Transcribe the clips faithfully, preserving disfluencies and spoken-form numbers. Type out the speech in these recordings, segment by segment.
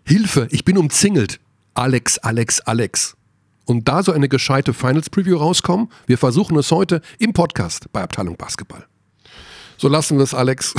Hilfe, ich bin umzingelt. Alex, Alex, Alex. Und da so eine gescheite Finals-Preview rauskommen, wir versuchen es heute im Podcast bei Abteilung Basketball. So lassen wir es, Alex.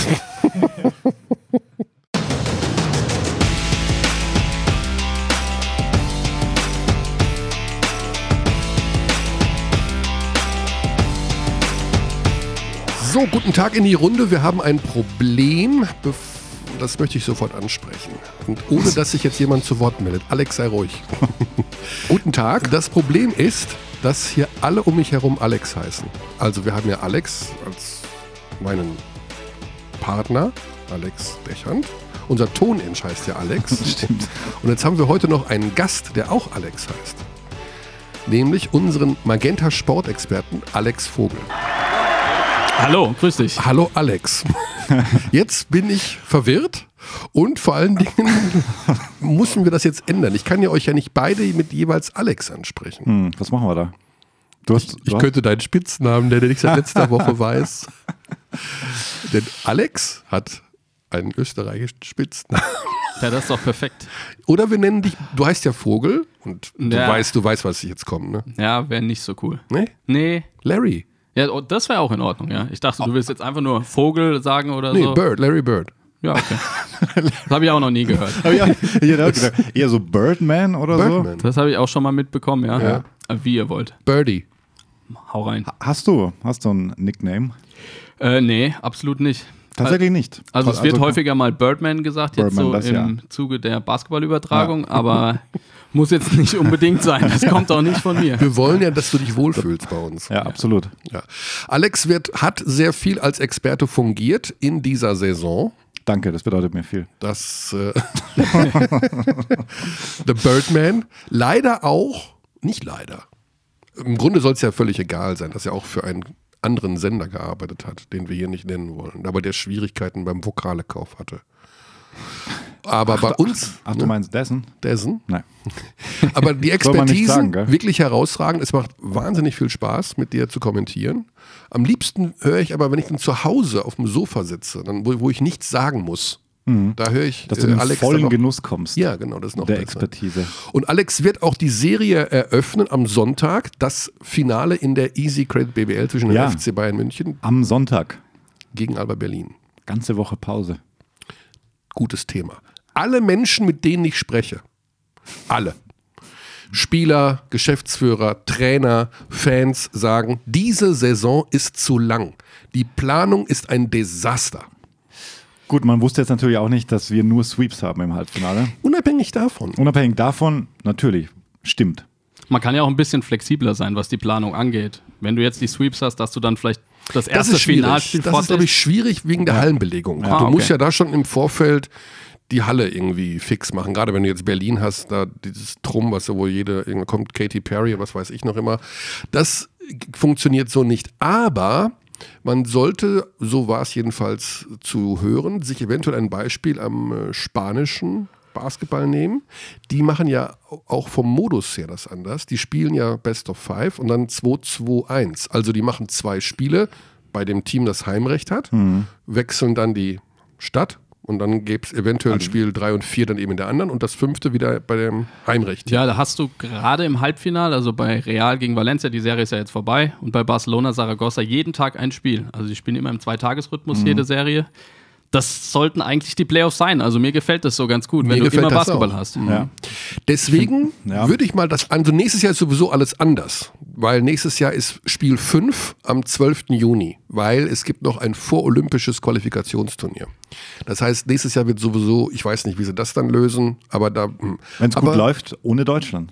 So, guten Tag in die Runde. Wir haben ein Problem, das möchte ich sofort ansprechen. Und ohne, dass sich jetzt jemand zu Wort meldet. Alex, sei ruhig. Guten Tag. Das Problem ist, dass hier alle um mich herum Alex heißen. Also wir haben ja Alex als meinen Partner, Alex Dechand. Unser Tonmensch heißt ja Alex. Stimmt. Und jetzt haben wir heute noch einen Gast, der auch Alex heißt. Nämlich unseren Magenta-Sportexperten Alex Vogel. Hallo, grüß dich. Hallo Alex. Jetzt bin ich verwirrt und vor allen Dingen müssen wir das jetzt ändern. Ich kann ja euch ja nicht beide mit jeweils Alex ansprechen. Hm, was machen wir da? Du hast, ich du ich hast könnte deinen Spitznamen, der ich seit letzter Woche weiß. Denn Alex hat einen österreichischen Spitznamen. Ja, das ist doch perfekt. Oder wir nennen dich, du heißt ja Vogel und du Ja. weißt, du weißt, was jetzt kommt, ne? Ja, wäre nicht so cool. Nee? Nee. Larry. Ja, oh, das wäre auch in Ordnung, ja. Ich dachte, du willst jetzt einfach nur Vogel sagen oder Nee, so. Bird, Larry Bird. Ja, okay. Das habe ich auch noch nie gehört. Hab ich auch- ich hätte auch gedacht, eher so Birdman oder Birdman. Das habe ich auch schon mal mitbekommen, ja. Ja. Wie ihr wollt. Birdie. Hau rein. so. Hast du, hast du ein Nickname? Äh, nee, absolut nicht. Tatsächlich nicht. Also es wird häufiger mal Birdman gesagt, jetzt Birdman, so das im ja. Zuge der Basketballübertragung, aber muss jetzt nicht unbedingt sein. Das kommt auch nicht von mir. Wir wollen ja, dass du dich wohlfühlst bei uns. Ja, absolut. Ja. Alex wird, hat sehr viel als Experte fungiert in dieser Saison. Danke, das bedeutet mir viel. Das äh, The Birdman. Leider auch, nicht leider. Im Grunde soll es ja völlig egal sein, dass er auch für einen anderen Sender gearbeitet hat, den wir hier nicht nennen wollen, aber der Schwierigkeiten beim Vokalekauf hatte. Aber bei uns, Ach, du meinst dessen? dessen, Nein. aber die Soll man nicht Expertisen sagen, gell? wirklich herausragend. Es macht wahnsinnig viel Spaß, mit dir zu kommentieren. Am liebsten höre ich aber, wenn ich dann zu Hause auf dem Sofa sitze, dann, wo, wo ich nichts sagen muss, da höre ich Dass du äh, in den Alex vollen dann noch, Genuss kommst. ja, genau, das ist noch der besser. Expertise. Und Alex wird auch die Serie eröffnen am Sonntag, das Finale in der Easy Credit B B L zwischen Ja. dem F C Bayern München Am Sonntag. gegen Alba Berlin. Ganze Woche Pause. Gutes Thema. Alle Menschen, mit denen ich spreche, alle, Spieler, Geschäftsführer, Trainer, Fans sagen, diese Saison ist zu lang. Die Planung ist ein Desaster. Gut, man wusste jetzt natürlich auch nicht, dass wir nur Sweeps haben im Halbfinale. Unabhängig davon. Unabhängig davon, natürlich, stimmt. Man kann ja auch ein bisschen flexibler sein, was die Planung angeht. Wenn du jetzt die Sweeps hast, dass du dann vielleicht das Das erste ist schwierig. Finalspiel Das ist, glaube ich, schwierig wegen der Hallenbelegung. Ah, du okay. musst ja da schon im Vorfeld die Halle irgendwie fix machen. Gerade wenn du jetzt Berlin hast, da dieses Drum, was ja wohl jede, irgendwann kommt Katy Perry, was weiß ich noch immer. Das funktioniert so nicht. Aber man sollte, so war es jedenfalls zu hören, sich eventuell ein Beispiel am äh, spanischen Basketball nehmen. Die machen ja auch vom Modus her das anders. Die spielen ja Best of Five und dann zwei zwei eins. Also die machen zwei Spiele bei dem Team, das Heimrecht hat, Mhm. wechseln dann die Stadt und dann gäbe es eventuell Also Spiel drei und vier dann eben in der anderen und das fünfte wieder bei dem Heimrecht. Ja, da hast du gerade im Halbfinale, also bei Real gegen Valencia, die Serie ist ja jetzt vorbei, und bei Barcelona, Saragossa jeden Tag ein Spiel. Also die spielen immer im Zweitagesrhythmus, jede Serie. Das sollten eigentlich die Playoffs sein. Also mir gefällt das so ganz gut, Mir wenn du gefällt immer das Basketball auch. hast. Ja. Deswegen Ja. würde ich mal das, also nächstes Jahr ist sowieso alles anders, weil nächstes Jahr ist Spiel fünf am zwölften Juni, weil es gibt noch ein vorolympisches Qualifikationsturnier. Das heißt, nächstes Jahr wird sowieso, ich weiß nicht, wie sie das dann lösen, aber da... hm. Wenn es gut Aber- läuft, ohne Deutschland.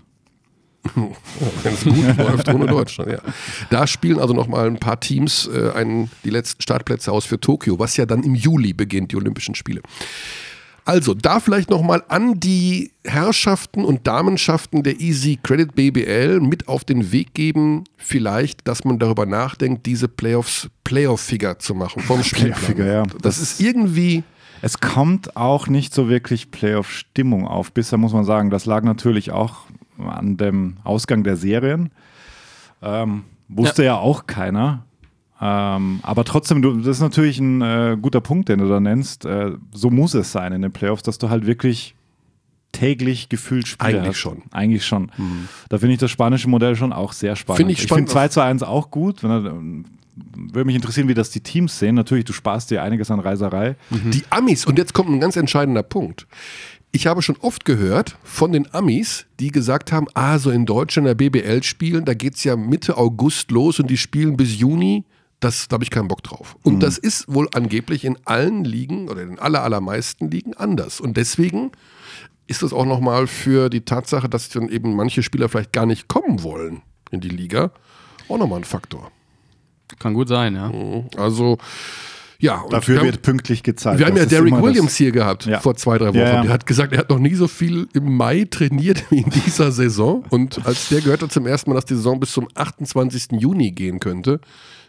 Wenn es gut läuft, ohne Deutschland, ja. Da spielen also noch mal ein paar Teams äh, einen, die letzten Startplätze aus für Tokio, was ja dann im Juli beginnt, die Olympischen Spiele. Also, da vielleicht noch mal an die Herrschaften und Damenschaften der Easy Credit B B L mit auf den Weg geben, vielleicht, dass man darüber nachdenkt, diese Playoffs Playoff-Figure zu machen vom Spielplan. Playoff-Figure, ja. Das ist irgendwie... Es kommt auch nicht so wirklich Playoff-Stimmung auf. Bisher muss man sagen, das lag natürlich auch an dem Ausgang der Serien. Ähm, wusste ja. ja auch keiner. Ähm, aber trotzdem, du, das ist natürlich ein äh, guter Punkt, den du da nennst. Äh, so muss es sein in den Playoffs, dass du halt wirklich täglich gefühlt Spiele Eigentlich hast. schon. Eigentlich schon. Mhm. Da finde ich das spanische Modell schon auch sehr spannend. Find ich ich spannend finde zwei zu eins auch gut. Wenn er, würde mich interessieren, wie das die Teams sehen. Natürlich, du sparst dir einiges an Reiserei. Mhm. Die Amis, und jetzt kommt ein ganz entscheidender Punkt. Ich habe schon oft gehört von den Amis, die gesagt haben, ah, so in Deutschland in der B B L spielen, da geht es ja Mitte August los und die spielen bis Juni. Das, da habe ich keinen Bock drauf. Und mhm. das ist wohl angeblich in allen Ligen oder in den aller, allermeisten Ligen anders. Und deswegen ist das auch nochmal für die Tatsache, dass dann eben manche Spieler vielleicht gar nicht kommen wollen in die Liga, auch nochmal ein Faktor. Kann gut sein, ja. Also, ja. Und Dafür wir wird haben, pünktlich gezahlt. Wir haben das ja Derek Williams das, hier gehabt ja. vor zwei, drei Wochen. Ja, ja. Der hat gesagt, er hat noch nie so viel im Mai trainiert wie in dieser Saison. Und als der gehört hat zum ersten Mal, dass die Saison bis zum achtundzwanzigsten Juni gehen könnte,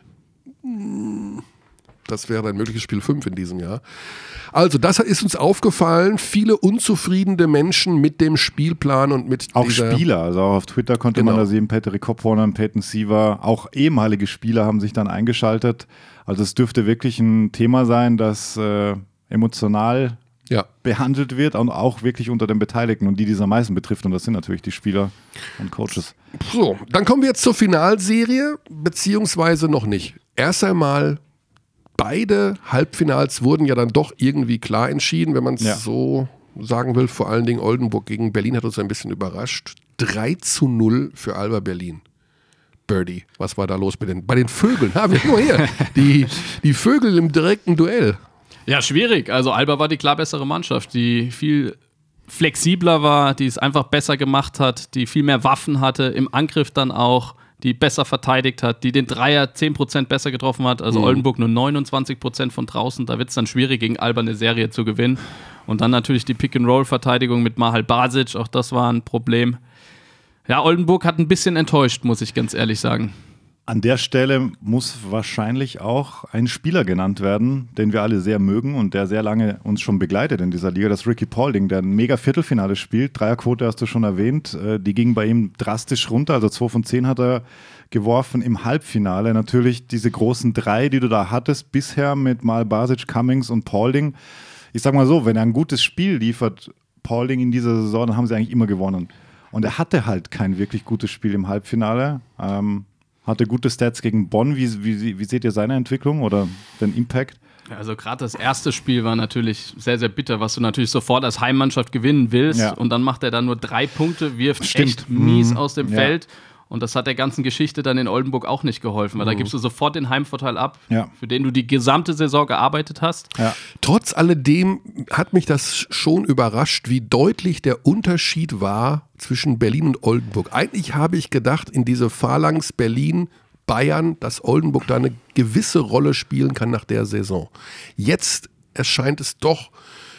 das wäre ein mögliches Spiel fünf in diesem Jahr. Also, das ist uns aufgefallen. Viele unzufriedene Menschen mit dem Spielplan und mit auch dieser Spieler, also auch auf Twitter konnte Genau. man da sehen, Patrick Kopfhorner, Peyton Siever, auch ehemalige Spieler haben sich dann eingeschaltet. Also es dürfte wirklich ein Thema sein, das äh, emotional ja. behandelt wird und auch wirklich unter den Beteiligten und die, die es am meisten betrifft. Und das sind natürlich die Spieler und Coaches. So, dann kommen wir jetzt zur Finalserie, beziehungsweise noch nicht. Erst einmal, beide Halbfinals wurden ja dann doch irgendwie klar entschieden, wenn man es Ja. so sagen will. Vor allen Dingen Oldenburg gegen Berlin hat uns ein bisschen überrascht. drei zu null für Alba Berlin. Birdie, was war da los mit den, bei den Vögeln? Ha, wir nur hier. Die, die Vögel im direkten Duell. Ja, schwierig. Also Alba war die klar bessere Mannschaft, die viel flexibler war, die es einfach besser gemacht hat, die viel mehr Waffen hatte, im Angriff dann auch, die besser verteidigt hat, die den Dreier zehn Prozent besser getroffen hat. Also mhm. Oldenburg nur neunundzwanzig Prozent von draußen. Da wird es dann schwierig, gegen Alba eine Serie zu gewinnen. Und dann natürlich die Pick-and-Roll-Verteidigung mit Mahal Basic. Auch das war ein Problem. Ja, Oldenburg hat ein bisschen enttäuscht, muss ich ganz ehrlich sagen. An der Stelle muss wahrscheinlich auch ein Spieler genannt werden, den wir alle sehr mögen und der sehr lange uns schon begleitet in dieser Liga. Das ist Ricky Paulding, der ein mega Viertelfinale spielt. Dreierquote hast du schon erwähnt. Die ging bei ihm drastisch runter. Also zwei von zehn hat er geworfen im Halbfinale. Natürlich diese großen drei, die du da hattest bisher mit Mahal Basic, Cummings und Paulding. Ich sag mal so, wenn er ein gutes Spiel liefert, Paulding in dieser Saison, dann haben sie eigentlich immer gewonnen. Und er hatte halt kein wirklich gutes Spiel im Halbfinale. Ähm, hatte gute Stats gegen Bonn. Wie, wie, wie seht ihr seine Entwicklung oder den Impact? Ja, also gerade das erste Spiel war natürlich sehr, sehr bitter, was du natürlich sofort als Heimmannschaft gewinnen willst. Ja. Und dann macht er dann nur drei Punkte, wirft Stimmt. echt mies mhm. aus dem ja. Feld. Und das hat der ganzen Geschichte dann in Oldenburg auch nicht geholfen, weil Mhm. da gibst du sofort den Heimvorteil ab, Ja. für den du die gesamte Saison gearbeitet hast. Ja. Trotz alledem hat mich das schon überrascht, wie deutlich der Unterschied war zwischen Berlin und Oldenburg. Eigentlich habe ich gedacht, in diese Phalanx Berlin, Bayern, dass Oldenburg da eine gewisse Rolle spielen kann nach der Saison. Jetzt erscheint es doch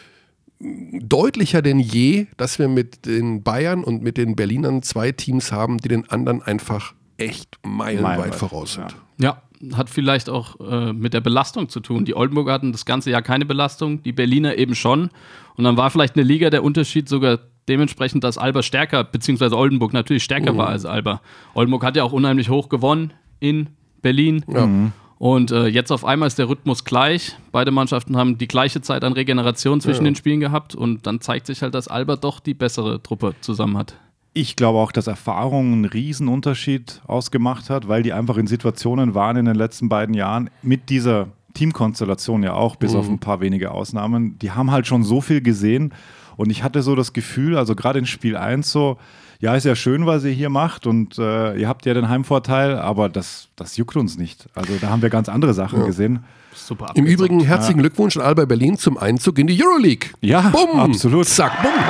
deutlicher denn je, dass wir mit den Bayern und mit den Berlinern zwei Teams haben, die den anderen einfach echt meilenweit Meilenweit, voraus sind. Ja, hat vielleicht auch äh, mit der Belastung zu tun. Die Oldenburger hatten das ganze Jahr keine Belastung, die Berliner eben schon. Und dann war vielleicht eine Liga der Unterschied sogar dementsprechend, dass Alba stärker, beziehungsweise Oldenburg natürlich stärker Mhm. war als Alba. Oldenburg hat ja auch unheimlich hoch gewonnen in Berlin. Ja. Mhm. Und äh, jetzt auf einmal ist der Rhythmus gleich. Beide Mannschaften haben die gleiche Zeit an Regeneration zwischen Ja. den Spielen gehabt. Und dann zeigt sich halt, dass Alba doch die bessere Truppe zusammen hat. Ich glaube auch, dass Erfahrung einen Riesenunterschied ausgemacht hat, weil die einfach in Situationen waren in den letzten beiden Jahren mit dieser Teamkonstellation ja auch, bis Mhm. auf ein paar wenige Ausnahmen. Die haben halt schon so viel gesehen und ich hatte so das Gefühl, also gerade in Spiel eins so, ja, ist ja schön, was ihr hier macht und äh, ihr habt ja den Heimvorteil, aber das, das juckt uns nicht. Also da haben wir ganz andere Sachen Ja. gesehen. Super Im abgezockt. Übrigen herzlichen Glückwunsch an Alba Berlin zum Einzug in die Euroleague. Ja, Bumm, absolut. Zack, bumm.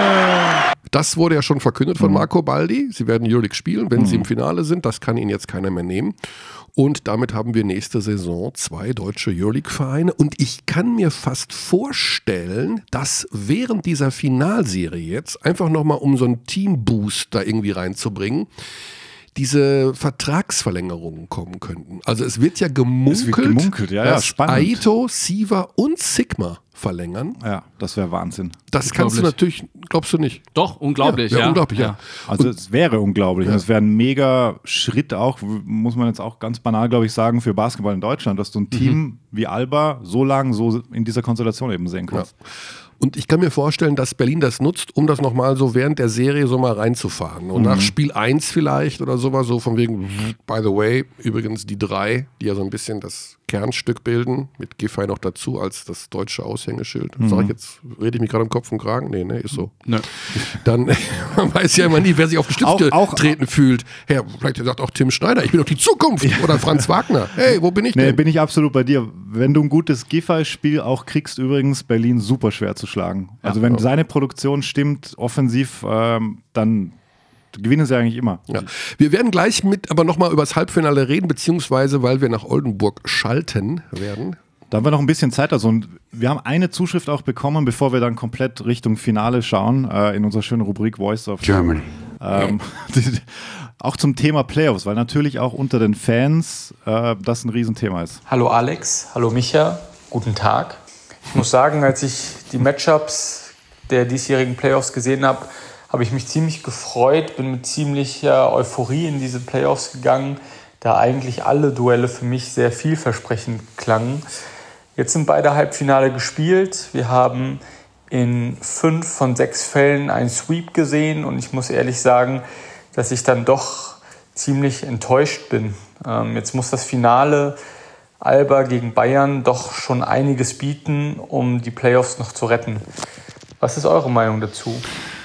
Das wurde ja schon verkündet von Marco Baldi. Sie werden Euroleague spielen, wenn sie im Finale sind. Das kann ihnen jetzt keiner mehr nehmen. Und damit haben wir nächste Saison zwei deutsche Euroleague-Vereine. Und ich kann mir fast vorstellen, dass während dieser Finalserie jetzt, einfach nochmal um so einen Team-Boost da irgendwie reinzubringen, diese Vertragsverlängerungen kommen könnten. Also es wird ja gemunkelt, Es wird gemunkelt, ja, ja, dass spannend. Aito, Siva und Sigma verlängern. Ja, das wäre Wahnsinn. Das kannst du natürlich, glaubst du nicht. Doch, unglaublich. Ja, Ja, ja, unglaublich, ja. Also es wäre unglaublich. Ja. Es wäre ein mega Schritt auch, muss man jetzt auch ganz banal, glaube ich, sagen, für Basketball in Deutschland, dass du ein Team wie Alba so lang so in dieser Konstellation eben sehen kannst. Und ich kann mir vorstellen, dass Berlin das nutzt, um das nochmal so während der Serie so mal reinzufahren. Und mhm. nach Spiel eins vielleicht oder sowas, so von wegen, by the way, übrigens die drei, die ja so ein bisschen das Kernstück bilden, mit Giffey noch dazu als das deutsche Aushängeschild. Mhm. Sag ich jetzt, rede ich mich gerade im Kopf und Kragen? Nee, ne, ist so. Nee. Dann, man weiß ja immer nie, wer sich auf den Stift auch, getreten auch, fühlt. Herr, vielleicht sagt auch Tim Schneider, ich bin doch die Zukunft. Ja. Oder Franz Wagner. Hey, wo bin ich denn? Nee, bin ich absolut bei dir. Wenn du ein gutes Giffey-Spiel auch kriegst, übrigens Berlin super schwer zu schlagen. Also ja, wenn ja. seine Produktion stimmt, offensiv, ähm, dann gewinnen sie eigentlich immer. Ja. Wir werden gleich mit aber nochmal über das Halbfinale reden, beziehungsweise weil wir nach Oldenburg schalten werden. Da haben wir noch ein bisschen Zeit. Also, und wir haben eine Zuschrift auch bekommen, bevor wir dann komplett Richtung Finale schauen, äh, in unserer schönen Rubrik Voice of Germany. Ähm, die, auch zum Thema Playoffs, weil natürlich auch unter den Fans äh, das ein Riesenthema ist. Hallo Alex, hallo Micha, guten Tag. Ich muss sagen, als ich die Matchups der diesjährigen Playoffs gesehen habe, habe ich mich ziemlich gefreut, bin mit ziemlicher Euphorie in diese Playoffs gegangen, da eigentlich alle Duelle für mich sehr vielversprechend klangen. Jetzt sind beide Halbfinale gespielt. Wir haben in fünf von sechs Fällen einen Sweep gesehen und ich muss ehrlich sagen, dass ich dann doch ziemlich enttäuscht bin. Ähm, jetzt muss das Finale Alba gegen Bayern doch schon einiges bieten, um die Playoffs noch zu retten. Was ist eure Meinung dazu?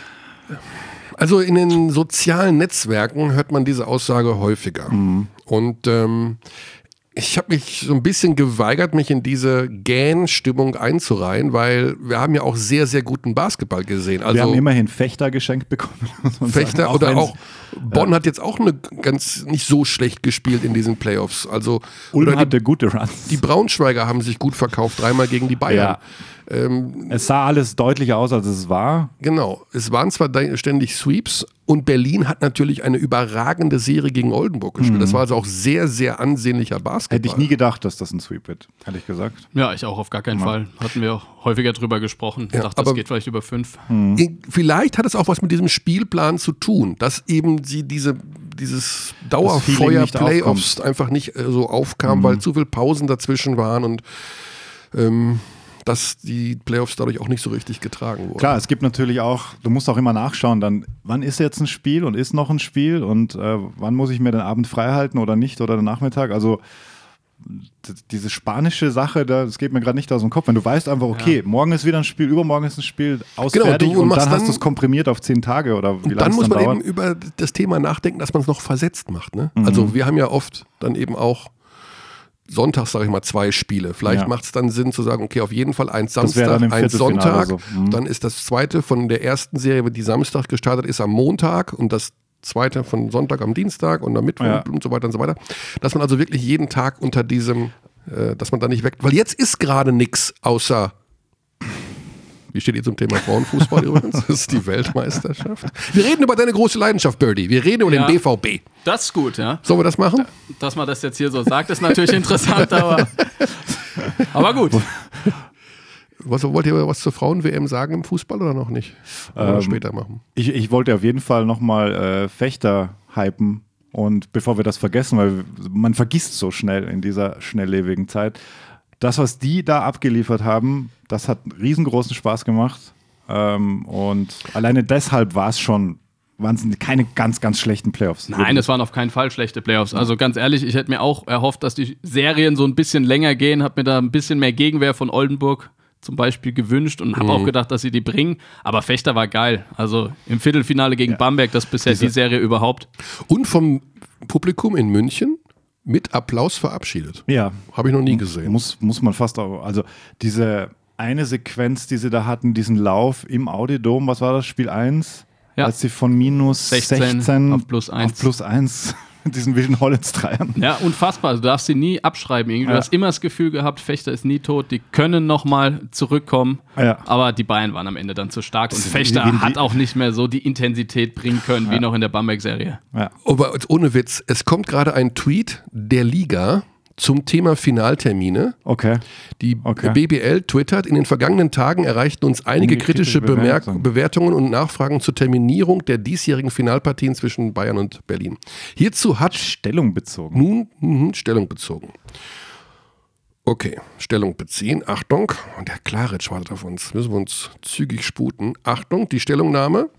Also in den sozialen Netzwerken hört man diese Aussage häufiger. Mhm. Und ähm, ich habe mich so ein bisschen geweigert, mich in diese Gähn-Stimmung einzureihen, weil wir haben ja auch sehr, sehr guten Basketball gesehen. Also wir haben immerhin Fechter geschenkt bekommen. Fechter auch oder auch Bonn ja. hat jetzt auch eine ganz nicht so schlecht gespielt in diesen Playoffs. Also Ulm die, hatte gute Runs. Die Braunschweiger haben sich gut verkauft, dreimal gegen die Bayern. Ja. Ähm, es sah alles deutlicher aus, als es war. Genau. Es waren zwar ständig Sweeps und Berlin hat natürlich eine überragende Serie gegen Oldenburg gespielt. Mhm. Das war also auch sehr, sehr ansehnlicher Basketball. Hätte ich nie gedacht, dass das ein Sweep wird, ehrlich gesagt. Ja, ich auch auf gar keinen ja. Fall. Hatten wir auch häufiger drüber gesprochen. Ich ja, dachte, das geht vielleicht über fünf. Mhm. Vielleicht hat es auch was mit diesem Spielplan zu tun, dass eben sie diese dieses Dauerfeuer-Playoffs einfach nicht äh, so aufkam, mhm. weil zu viele Pausen dazwischen waren und ähm, dass die Playoffs dadurch auch nicht so richtig getragen wurden. Klar, es gibt natürlich auch, du musst auch immer nachschauen, dann, wann ist jetzt ein Spiel und ist noch ein Spiel und äh, wann muss ich mir den Abend frei halten oder nicht oder den Nachmittag, also d- diese spanische Sache, das geht mir gerade nicht aus dem Kopf, wenn du weißt einfach, okay, ja. morgen ist wieder ein Spiel, übermorgen ist ein Spiel, ausfertig genau, und dann, dann hast du es komprimiert auf zehn Tage oder wie lange es dann muss man dauert. eben über das Thema nachdenken, dass man es noch versetzt macht. Ne? Mhm. Also wir haben ja oft dann eben auch Sonntags, sage ich mal, zwei Spiele. Vielleicht ja. macht es dann Sinn zu sagen, okay, auf jeden Fall eins Samstag, eins Sonntag. So. Mhm. Dann ist das zweite von der ersten Serie, die Samstag gestartet ist, am Montag und das zweite von Sonntag am Dienstag und am Mittwoch ja. und so weiter und so weiter. Dass man also wirklich jeden Tag unter diesem, äh, dass man da nicht weg, weil jetzt ist gerade nichts außer, wie steht ihr zum Thema Frauenfußball übrigens? Das ist die Weltmeisterschaft. Wir reden über deine große Leidenschaft, Birdie. Wir reden über ja, den B V B. Das ist gut, ja. Sollen wir das machen? Dass man das jetzt hier so sagt, ist natürlich interessant, aber, aber gut. Was, wollt ihr was zur Frauen-W M sagen im Fußball oder noch nicht? Oder ähm, später machen? Ich, ich wollte auf jeden Fall nochmal äh, Fechter hypen. Und bevor wir das vergessen, weil man vergisst so schnell in dieser schnelllebigen Zeit, das, was die da abgeliefert haben, das hat riesengroßen Spaß gemacht. Ähm, und alleine deshalb war es schon, waren es keine ganz, ganz schlechten Playoffs. Nein, es waren auf keinen Fall schlechte Playoffs. Also ganz ehrlich, ich hätte mir auch erhofft, dass die Serien so ein bisschen länger gehen, habe mir da ein bisschen mehr Gegenwehr von Oldenburg zum Beispiel gewünscht und habe mhm. auch gedacht, dass sie die bringen. Aber Fechter war geil. Also im Viertelfinale gegen ja. Bamberg, das ist bisher Diese. die Serie überhaupt. Und vom Publikum in München mit Applaus verabschiedet. Ja. Habe ich noch nie gesehen. Muss, muss man fast auch, also diese eine Sequenz, die sie da hatten, diesen Lauf im Audi-Dom, was war das, Spiel eins? Ja. Als sie von minus sechzehn, sechzehn auf plus eins, auf plus eins diesen Vision Hollins Dreiern. Ja, unfassbar. Du darfst sie nie abschreiben. Irgendwie. Du ja. hast immer das Gefühl gehabt, Fechter ist nie tot, die können nochmal zurückkommen. Ja. Aber die Bayern waren am Ende dann zu stark und Fechter die, die, die, hat auch nicht mehr so die Intensität bringen können, ja. wie noch in der Bamberg-Serie. Ja. Aber ohne Witz, es kommt gerade ein Tweet der Liga zum Thema Finaltermine. Okay. Die okay. B B L twittert, in den vergangenen Tagen erreichten uns einige kritische, kritische Bemerk- Bewertungen und Nachfragen zur Terminierung der diesjährigen Finalpartien zwischen Bayern und Berlin. Hierzu hat Stellung bezogen. Nun mh, Stellung bezogen. Okay, Stellung beziehen. Achtung, und der Klaric wartet auf uns. Müssen wir uns zügig sputen. Achtung, die Stellungnahme.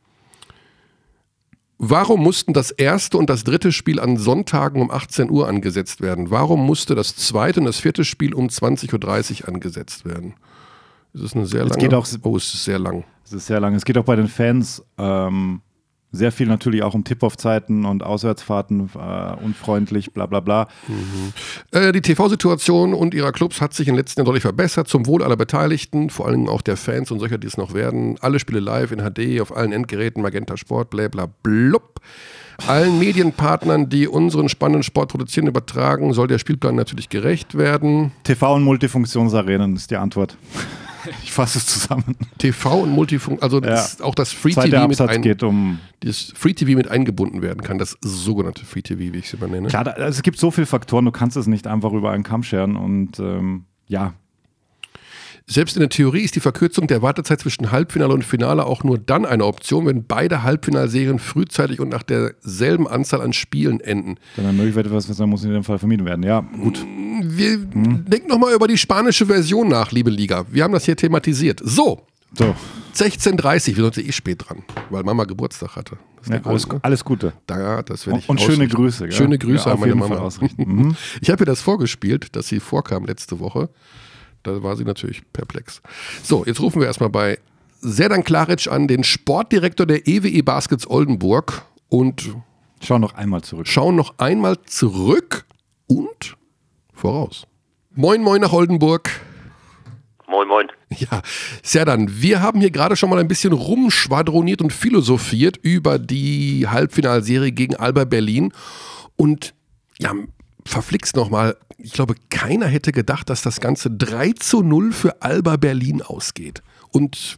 Warum mussten das erste und das dritte Spiel an Sonntagen um achtzehn Uhr angesetzt werden? Warum musste das zweite und das vierte Spiel um zwanzig Uhr dreißig angesetzt werden? Das ist eine sehr lange. Es geht auch, oh, es ist sehr lang. Es ist sehr lang. Es geht auch bei den Fans ähm, sehr viel natürlich auch um Tip-Off-Zeiten und Auswärtsfahrten, äh, unfreundlich, bla bla bla. Mhm. Äh, die T V-Situation und ihrer Clubs hat sich in den letzten Jahren deutlich verbessert, zum Wohl aller Beteiligten, vor allem auch der Fans und solcher, die es noch werden. Alle Spiele live in H D, auf allen Endgeräten, Magenta Sport, bla bla blub. Allen Medienpartnern, die unseren spannenden Sport produzieren, übertragen, soll der Spielplan natürlich gerecht werden. T V- und Multifunktionsarenen ist die Antwort. Ich fasse es zusammen. T V und Multifunk, also das, ja. auch das Free T V mit ein, geht um das Free T V mit eingebunden werden kann, das sogenannte Free T V, wie ich es immer nenne. Klar, da, also es gibt so viele Faktoren, du kannst es nicht einfach über einen Kamm scheren und ähm, ja. Selbst in der Theorie ist die Verkürzung der Wartezeit zwischen Halbfinale und Finale auch nur dann eine Option, wenn beide Halbfinalserien frühzeitig und nach derselben Anzahl an Spielen enden. Dann ermöglicht etwas, was muss in dem Fall vermieden werden. Ja, gut. Wir hm. denken nochmal über die spanische Version nach, liebe Liga. Wir haben das hier thematisiert. So. So. sechzehn Uhr dreißig, wir sind eh spät dran, weil Mama Geburtstag hatte. Ja, alles, alles Gute. Da, das werde ich und schöne Grüße. Gell? Schöne Grüße ja, an meine Mama. Mhm. Ich habe ihr das vorgespielt, dass sie vorkam letzte Woche. Da war sie natürlich perplex. So, jetzt rufen wir erstmal bei Serdan Klaric an, den Sportdirektor der E W E Baskets Oldenburg, und schauen noch einmal zurück. Schauen noch einmal zurück und voraus. Moin, moin nach Oldenburg. Moin, moin. Ja, Serdan, wir haben hier gerade schon mal ein bisschen rumschwadroniert und philosophiert über die Halbfinalserie gegen Alba Berlin. Und ja, verflixt nochmal, ich glaube, keiner hätte gedacht, dass das Ganze drei zu null für Alba Berlin ausgeht. Und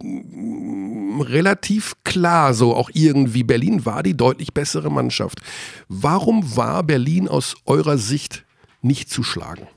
mh, relativ klar so auch irgendwie, Berlin war die deutlich bessere Mannschaft. Warum war Berlin aus eurer Sicht nicht zu schlagen?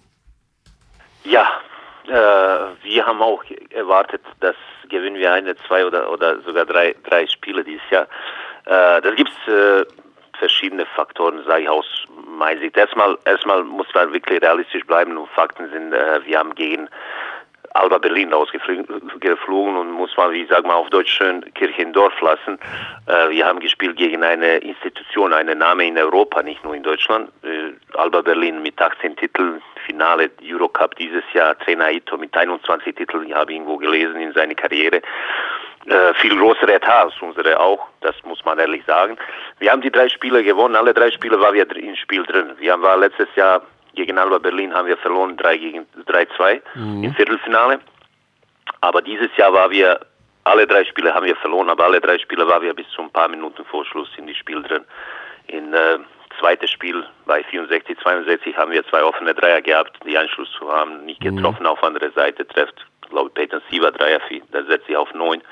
Ja, äh, wir haben auch erwartet, dass gewinnen wir eine, zwei oder, oder sogar drei, drei Spiele dieses Jahr. Äh, da gibt es äh, verschiedene Faktoren, sage ich aus meiner Sicht. Erstmal, erstmal muss man wirklich realistisch bleiben und Fakten sind, äh, wir haben gegen Alba Berlin rausgeflogen und muss man, wie ich sag mal, auf Deutsch schön Kirche im Dorf lassen. Äh, wir haben gespielt gegen eine Institution, einen Namen in Europa, nicht nur in Deutschland. Äh, Alba Berlin mit achtzehn Titeln, Finale Eurocup dieses Jahr, Trainer Ito mit einundzwanzig Titeln, ich habe irgendwo gelesen in seiner Karriere. Äh, viel größere Etat als unsere auch, das muss man ehrlich sagen. Wir haben die drei Spiele gewonnen, alle drei Spiele waren wir im Spiel drin. Wir haben war letztes Jahr gegen Alba Berlin haben wir verloren, drei gegen drei zwei mhm. im Viertelfinale. Aber dieses Jahr waren wir, alle drei Spiele haben wir verloren, aber alle drei Spiele waren wir bis zu ein paar Minuten vor Schluss in die Spiel drin. In äh, zweites Spiel bei vierundsechzig, zweiundsechzig haben wir zwei offene Dreier gehabt, die Anschluss zu haben, nicht getroffen, mhm. auf andere Seite trifft, glaube ich, Peyton Siever Dreier, da setzt sich auf neun.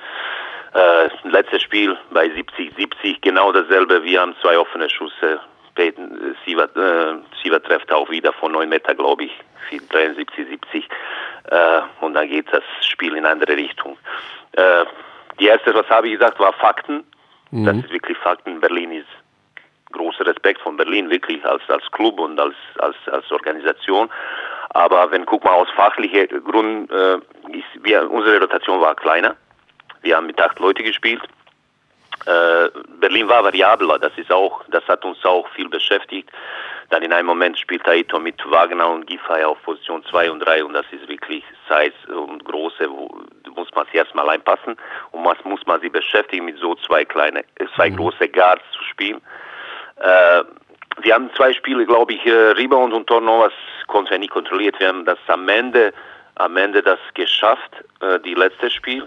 Äh, letztes Spiel bei siebzig siebzig, genau dasselbe, wir haben zwei offene Schüsse. Peyton Siever, äh, Siever trifft auch wieder von neun Meter, glaube ich, dreiundsiebzig siebzig. Äh, und dann geht das Spiel in eine andere Richtung. Äh, die erste, was habe ich gesagt, war Fakten. Mhm. Das ist wirklich Fakten. Berlin ist großer Respekt von Berlin, wirklich als, als Club und als, als, als Organisation. Aber wenn, guck mal, aus fachlicher Grund, äh, ist, wir, unsere Rotation war kleiner. Wir haben mit acht Leuten gespielt. Äh, Berlin war variabler, das ist auch, das hat uns auch viel beschäftigt. Dann in einem Moment spielt Aito mit Wagner und Giffey auf Position zwei und drei und das ist wirklich Size und Große, wo muss man sich erstmal einpassen und was muss man sich beschäftigen, mit so zwei kleine, zwei mhm. große Guards zu spielen. Äh, wir haben zwei Spiele, glaube ich, Rebound und Turnovers konnten wir nicht kontrolliert. Wir haben das am Ende, am Ende das geschafft, äh, die letzte Spiel.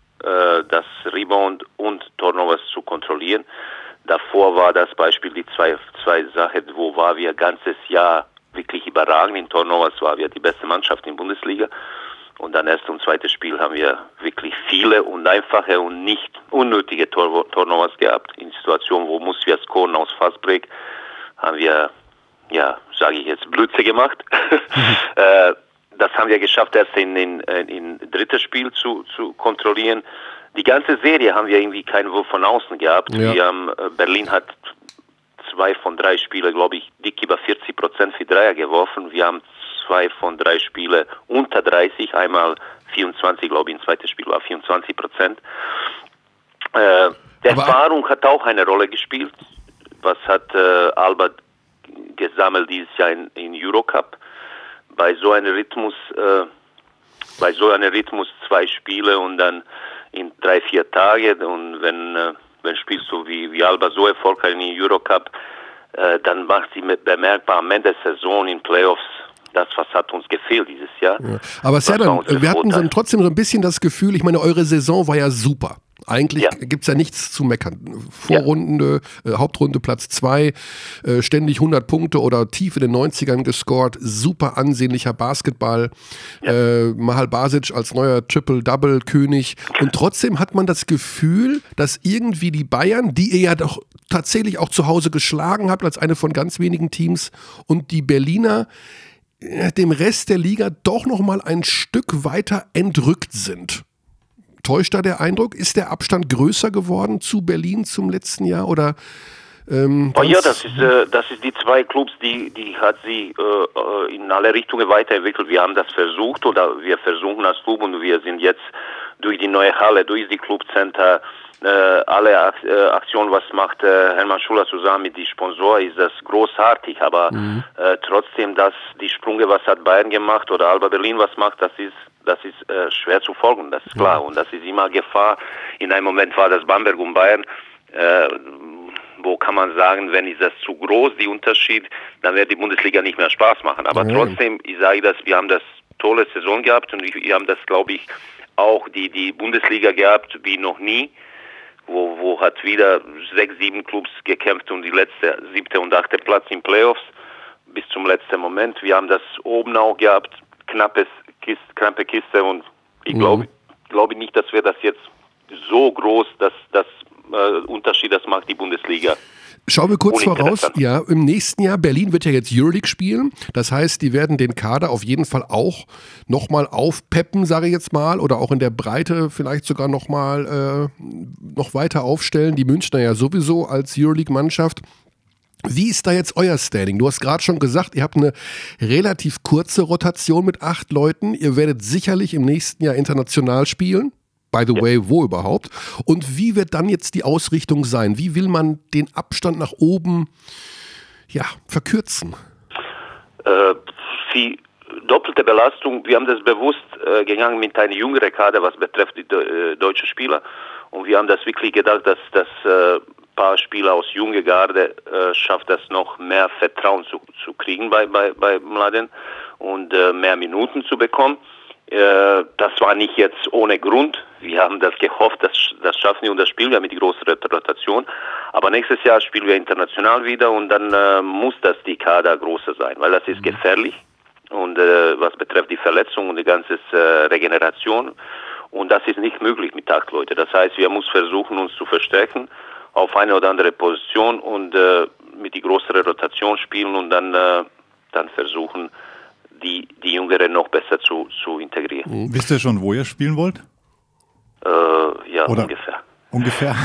Das Rebound und Turnovers zu kontrollieren. Davor war das Beispiel die zwei, zwei Sachen, wo war wir ganzes Jahr wirklich überragend. In Turnovers war wir die beste Mannschaft in der Bundesliga. Und dann erst im zweiten Spiel haben wir wirklich viele und einfache und nicht unnötige Tor- Turnovers gehabt. In Situationen, wo muss wir scoren aus Fastbreak, haben wir, ja, sage ich jetzt, Blödsinn gemacht. Mhm. äh, Das haben wir geschafft, erst in, in, in drittes Spiel zu, zu kontrollieren. Die ganze Serie haben wir irgendwie keinen Wurf von außen gehabt. Ja. Wir haben, Berlin hat zwei von drei Spielen, glaube ich, dick über vierzig Prozent für Dreier geworfen. Wir haben zwei von drei Spiele unter dreißig, einmal vierundzwanzig, glaube ich, im zweiten Spiel war vierundzwanzig Prozent. Äh, Erfahrung hat auch eine Rolle gespielt. Was hat äh, Alba gesammelt dieses Jahr in, in Eurocup? Bei so einem Rhythmus, äh, bei so einem Rhythmus zwei Spiele und dann in drei, vier Tage, und wenn äh, wenn spielst du wie, wie Alba so erfolgreich in Eurocup, äh, dann macht sie bemerkbar am Ende der Saison in Playoffs das, was hat uns gefehlt dieses Jahr. Ja. Aber Serdan, wir hatten so trotzdem so ein bisschen das Gefühl, ich meine, eure Saison war ja super. Eigentlich ja. gibt es ja nichts zu meckern. Vorrunde, ja. äh, Hauptrunde Platz zwei, äh, ständig hundert Punkte oder tief in den neunzigern gescored, super ansehnlicher Basketball, ja. äh, Mahal Basic als neuer Triple-Double-König, und trotzdem hat man das Gefühl, dass irgendwie die Bayern, die ihr ja doch tatsächlich auch zu Hause geschlagen habt, als eine von ganz wenigen Teams, und die Berliner äh, dem Rest der Liga doch nochmal ein Stück weiter entrückt sind. Täuscht da der Eindruck? Ist der Abstand größer geworden zu Berlin zum letzten Jahr? Oder, ähm, oh ja, das ist, äh, das ist die zwei Clubs, die, die hat sie äh, in alle Richtungen weiterentwickelt. Wir haben das versucht, oder wir versuchen als Club, und wir sind jetzt durch die neue Halle, durch die Clubcenter, äh, alle Ak- äh, Aktionen, was macht äh, Hermann Schuller zusammen mit den Sponsoren, ist das großartig. Aber mhm. äh, trotzdem, dass die Sprünge, was hat Bayern gemacht oder Alba Berlin was macht, das ist Das ist äh, schwer zu folgen, das ist klar. Und das ist immer Gefahr. In einem Moment war das Bamberg und Bayern. Äh, wo kann man sagen, wenn ist das zu groß, die Unterschied, dann wird die Bundesliga nicht mehr Spaß machen. Aber ja. trotzdem, ich sage das, wir haben das tolle Saison gehabt, und wir haben das, glaube ich, auch die, die Bundesliga gehabt wie noch nie. Wo, wo hat wieder sechs, sieben Clubs gekämpft um die letzte, siebte und achte Platz in Playoffs bis zum letzten Moment. Wir haben das oben auch gehabt, knappes Kiste, knappe Kiste, und ich glaube mhm. glaube nicht, dass wir das jetzt so groß, dass das äh, Unterschied, das macht die Bundesliga. Schauen wir kurz voraus, ja, im nächsten Jahr, Berlin wird ja jetzt Euroleague spielen, das heißt, die werden den Kader auf jeden Fall auch nochmal aufpeppen, sage ich jetzt mal, oder auch in der Breite vielleicht sogar nochmal äh, noch weiter aufstellen, die Münchner ja sowieso als Euroleague-Mannschaft. Wie ist da jetzt euer Standing? Du hast gerade schon gesagt, ihr habt eine relativ kurze Rotation mit acht Leuten. Ihr werdet sicherlich im nächsten Jahr international spielen. By the way, wo überhaupt? Und wie wird dann jetzt die Ausrichtung sein? Wie will man den Abstand nach oben ja, verkürzen? Äh, die doppelte Belastung, wir haben das bewusst äh, gegangen mit einer jüngeren Kader, was betrifft die äh, deutschen Spieler. Und wir haben das wirklich gedacht, dass das äh, paar Spieler aus junge Garde äh, schafft das noch mehr Vertrauen zu, zu kriegen bei, bei, bei Mladen und äh, mehr Minuten zu bekommen. Äh, das war nicht jetzt ohne Grund. Wir haben das gehofft, dass das schaffen wir, und das spielen wir mit großer Rotation. Aber nächstes Jahr spielen wir international wieder, und dann äh, muss das die Kader größer sein, weil das ist mhm. gefährlich, und äh, was betrifft die Verletzung und die ganze äh, Regeneration, und das ist nicht möglich mit acht Leuten. Das heißt, wir müssen versuchen, uns zu verstärken auf eine oder andere Position und äh, mit die größere Rotation spielen, und dann äh, dann versuchen, die die Jüngeren noch besser zu zu integrieren. Mhm. Wisst ihr schon, wo ihr spielen wollt? Äh, ja, oder ungefähr. Ungefähr.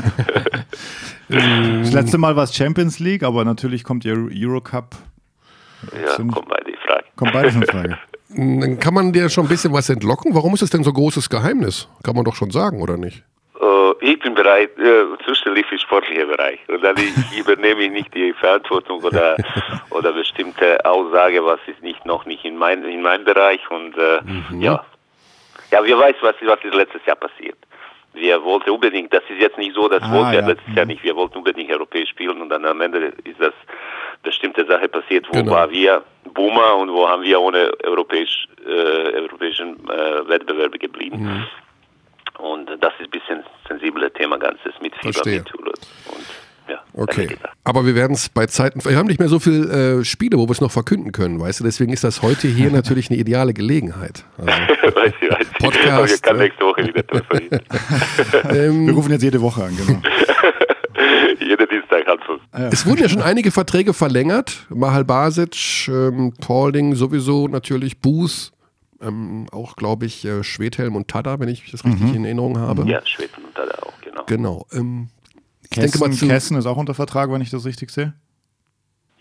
Das letzte Mal war es Champions League, aber natürlich kommt ihr Eurocup. Ja, kommt beide in Frage. Kommt beides in Frage. Dann kann man dir schon ein bisschen was entlocken. Warum ist es denn so ein großes Geheimnis? Kann man doch schon sagen, oder nicht? Ich bin bereit, äh, zuständig für den sportlichen Bereich. Und dann ich, übernehme ich nicht die Verantwortung oder oder bestimmte Aussage, was ist nicht noch nicht in mein in meinem Bereich. Und äh, mhm. ja, ja, wir wissen, was was ist letztes Jahr passiert. Wir wollten unbedingt, das ist jetzt nicht so, das ah, wollten wir ja. letztes Jahr nicht. Wir wollten unbedingt europäisch spielen, und dann am Ende ist das bestimmte Sache passiert, wo genau. waren wir Boomer und wo haben wir ohne europäisch äh, europäischen äh, Wettbewerbe geblieben. Mhm. Und das ist ein bisschen sensibles Thema, Ganzes mit Fieber, Verstehe. mit und ja. Okay, aber wir werden es bei Zeiten, wir haben nicht mehr so viele äh, Spiele, wo wir es noch verkünden können, weißt du, deswegen ist das heute hier natürlich eine ideale Gelegenheit. Also, weiß ich, weiß Podcast. Ich kann nächste Woche wieder telefonieren. ähm, wir rufen jetzt jede Woche an, genau. Jeder Dienstag halb fünf. Ja. Es wurden ja schon einige Verträge verlängert, Mahal Basic, ähm, Paulding sowieso, natürlich Booth, ähm, auch glaube ich äh, Schwedhelm und Tada, wenn ich das richtig mhm. in Erinnerung habe. Ja, Schwedhelm und Tada auch, genau. Genau. Ähm, Kessen, denke mal zu, Kessen ist auch unter Vertrag, wenn ich das richtig sehe? Ja.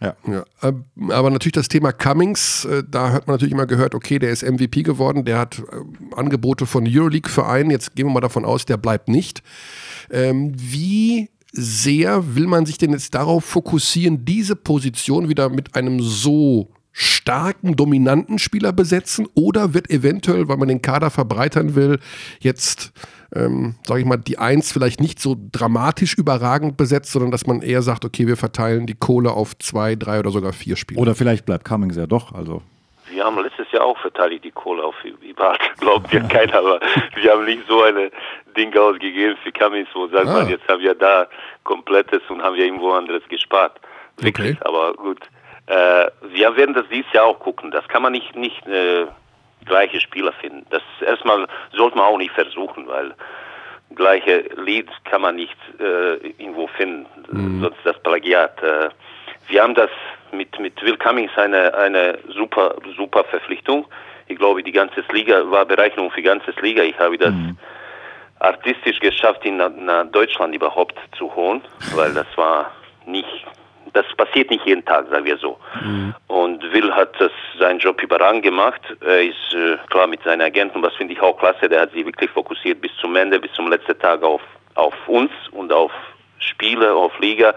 Ja. Ja, aber natürlich das Thema Cummings, da hat man natürlich immer gehört, okay, der ist M V P geworden, der hat Angebote von Euroleague-Vereinen, jetzt gehen wir mal davon aus, der bleibt nicht. Ähm, wie sehr will man sich denn jetzt darauf fokussieren, diese Position wieder mit einem so starken, dominanten Spieler besetzen, oder wird eventuell, weil man den Kader verbreitern will, jetzt Ähm, sage ich mal, die Eins vielleicht nicht so dramatisch überragend besetzt, sondern dass man eher sagt, okay, wir verteilen die Kohle auf zwei, drei oder sogar vier Spieler. Oder vielleicht bleibt Cummings ja doch. Also. Wir haben letztes Jahr auch verteidigt die Kohle auf Ibaka, glaubt ja keiner, aber wir haben nicht so eine Ding ausgegeben für Cummings, wo sagt ah. man, jetzt haben wir da komplettes und haben wir irgendwo anderes gespart. Wirklich, okay. Aber gut. Äh, wir werden das dieses Jahr auch gucken. Das kann man nicht, nicht äh, gleiche Spieler finden. Das erstmal sollte man auch nicht versuchen, weil gleiche Leads kann man nicht äh, irgendwo finden, mhm. sonst das Plagiat. Äh, wir haben das mit mit Will Cummings eine eine super super Verpflichtung. Ich glaube, die ganze Liga war Berechnung für die ganze Liga. Ich habe das mhm. artistisch geschafft, ihn nach, nach Deutschland überhaupt zu holen, weil das war nicht Das passiert nicht jeden Tag, sagen wir so. Mhm. Und Will hat das seinen Job überragend gemacht. Er ist äh, klar mit seinen Agenten, was finde ich auch klasse, der hat sich wirklich fokussiert bis zum Ende, bis zum letzten Tag auf, auf uns und auf Spiele, auf Liga.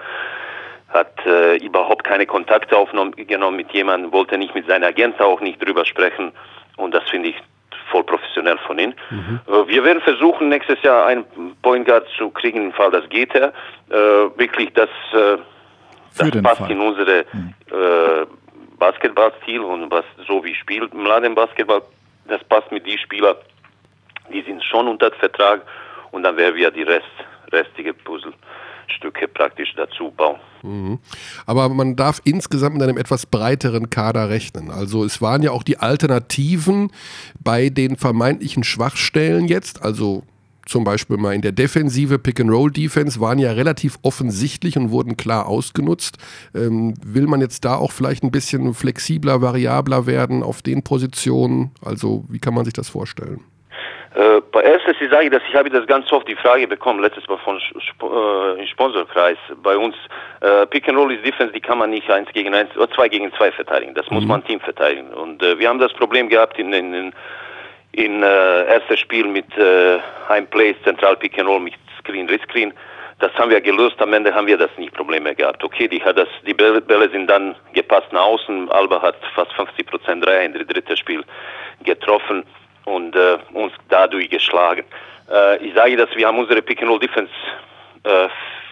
Hat äh, überhaupt keine Kontakte aufgenommen mit jemandem, wollte nicht mit seinen Agenten auch nicht drüber sprechen. Und das finde ich voll professionell von ihm. Mhm. Äh, wir werden versuchen, nächstes Jahr einen Point Guard zu kriegen, im Fall das geht er. Äh, wirklich das... Äh, Das passt Fall. in unsere mhm. äh, Basketballstil und was so wie spielt im Laden Basketball. Das passt mit den Spielern, die sind schon unter Vertrag, und dann werden wir die Rest, restige Puzzlestücke praktisch dazu bauen. Mhm. Aber man darf insgesamt mit einem etwas breiteren Kader rechnen. Also es waren ja auch die Alternativen bei den vermeintlichen Schwachstellen jetzt, also zum Beispiel mal in der Defensive, Pick-and-Roll-Defense, waren ja relativ offensichtlich und wurden klar ausgenutzt. Ähm, will man jetzt da auch vielleicht ein bisschen flexibler, variabler werden auf den Positionen? Also wie kann man sich das vorstellen? Äh, bei erstes sage ich, dass ich habe das ganz oft die Frage bekommen, letztes Mal von Sp- äh, im Sponsorkreis. Bei uns äh, Pick-and-Roll ist Defense, die kann man nicht eins gegen eins oder zwei gegen zwei verteidigen. Das mhm. muss man Team verteidigen. Und äh, wir haben das Problem gehabt in den in äh, erstes Spiel mit äh, Heimplays, Zentral Pick and Roll mit Screen, Rescreen. Das haben wir gelöst. Am Ende haben wir das nicht Probleme gehabt. Okay, die hat das, die Bälle, Bälle sind dann gepasst nach außen. Alba hat fast fünfzig Prozent Dreier in der dritten Spiel getroffen und äh, uns dadurch geschlagen. Äh, ich sage, dass wir haben unsere Pick and Roll Defense äh,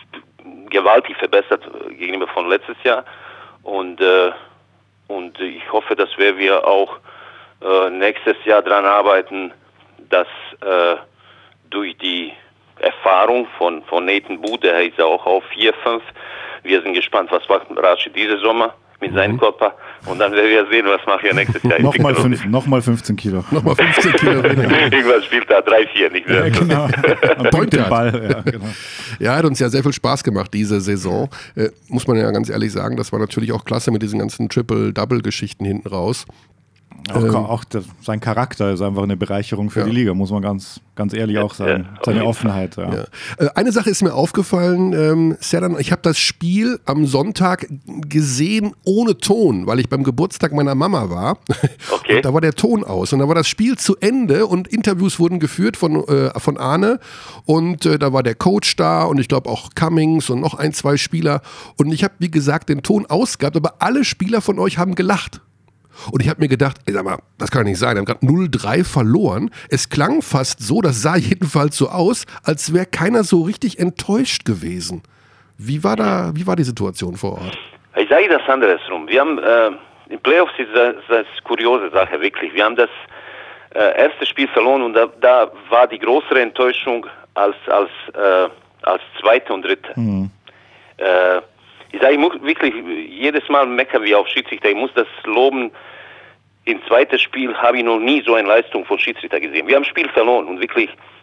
gewaltig verbessert gegenüber von letztes Jahr, und äh, und ich hoffe, dass wir wir auch Uh, nächstes Jahr daran arbeiten, dass uh, durch die Erfahrung von, von Nathan Booth, der ist ja auch auf vier fünf, wir sind gespannt, was macht Rashi diesen Sommer mit seinem mhm. Körper, und dann werden wir sehen, was macht er nächstes Jahr. Nochmal fünf, noch fünfzehn Kilo. Nochmal fünfzehn Kilo. Irgendwann spielt er drei vier, nicht mehr. Ja, genau. Man bringt den Ball. Ja, genau. Ja, hat uns ja sehr viel Spaß gemacht, diese Saison. Äh, muss man ja ganz ehrlich sagen, das war natürlich auch klasse mit diesen ganzen Triple-Double-Geschichten hinten raus. Auch, ähm, auch das, sein Charakter ist einfach eine Bereicherung für ja. die Liga, muss man ganz, ganz ehrlich auch sagen. Ja, Seine Offenheit. Ja. Ja. Äh, eine Sache ist mir aufgefallen, ähm, Serdan, ich habe das Spiel am Sonntag gesehen ohne Ton, weil ich beim Geburtstag meiner Mama war. Okay. Und da war der Ton aus und da war das Spiel zu Ende und Interviews wurden geführt von, äh, von Arne, und äh, da war der Coach da und ich glaube auch Cummings und noch ein, zwei Spieler, und ich habe, wie gesagt, den Ton ausgehabt, aber alle Spieler von euch haben gelacht. Und ich habe mir gedacht, ey, sag mal, das kann doch nicht sein, wir haben gerade null drei verloren. Es klang fast so, das sah jedenfalls so aus, als wäre keiner so richtig enttäuscht gewesen. Wie war da, wie war die Situation vor Ort? Ich sage das andersrum. Wir haben, äh, in Playoffs ist das, das kuriose Sache, wirklich. Wir haben das äh, erste Spiel verloren, und da, da war die größere Enttäuschung als, als, äh, als zweite und dritte. Mhm. Äh, Ich sage, ich muss wirklich, jedes Mal meckern wir auf Schiedsrichter, ich muss das loben. Im zweiten Spiel habe ich noch nie so eine Leistung von Schiedsrichter gesehen. Wir haben das Spiel verloren, und wirklich,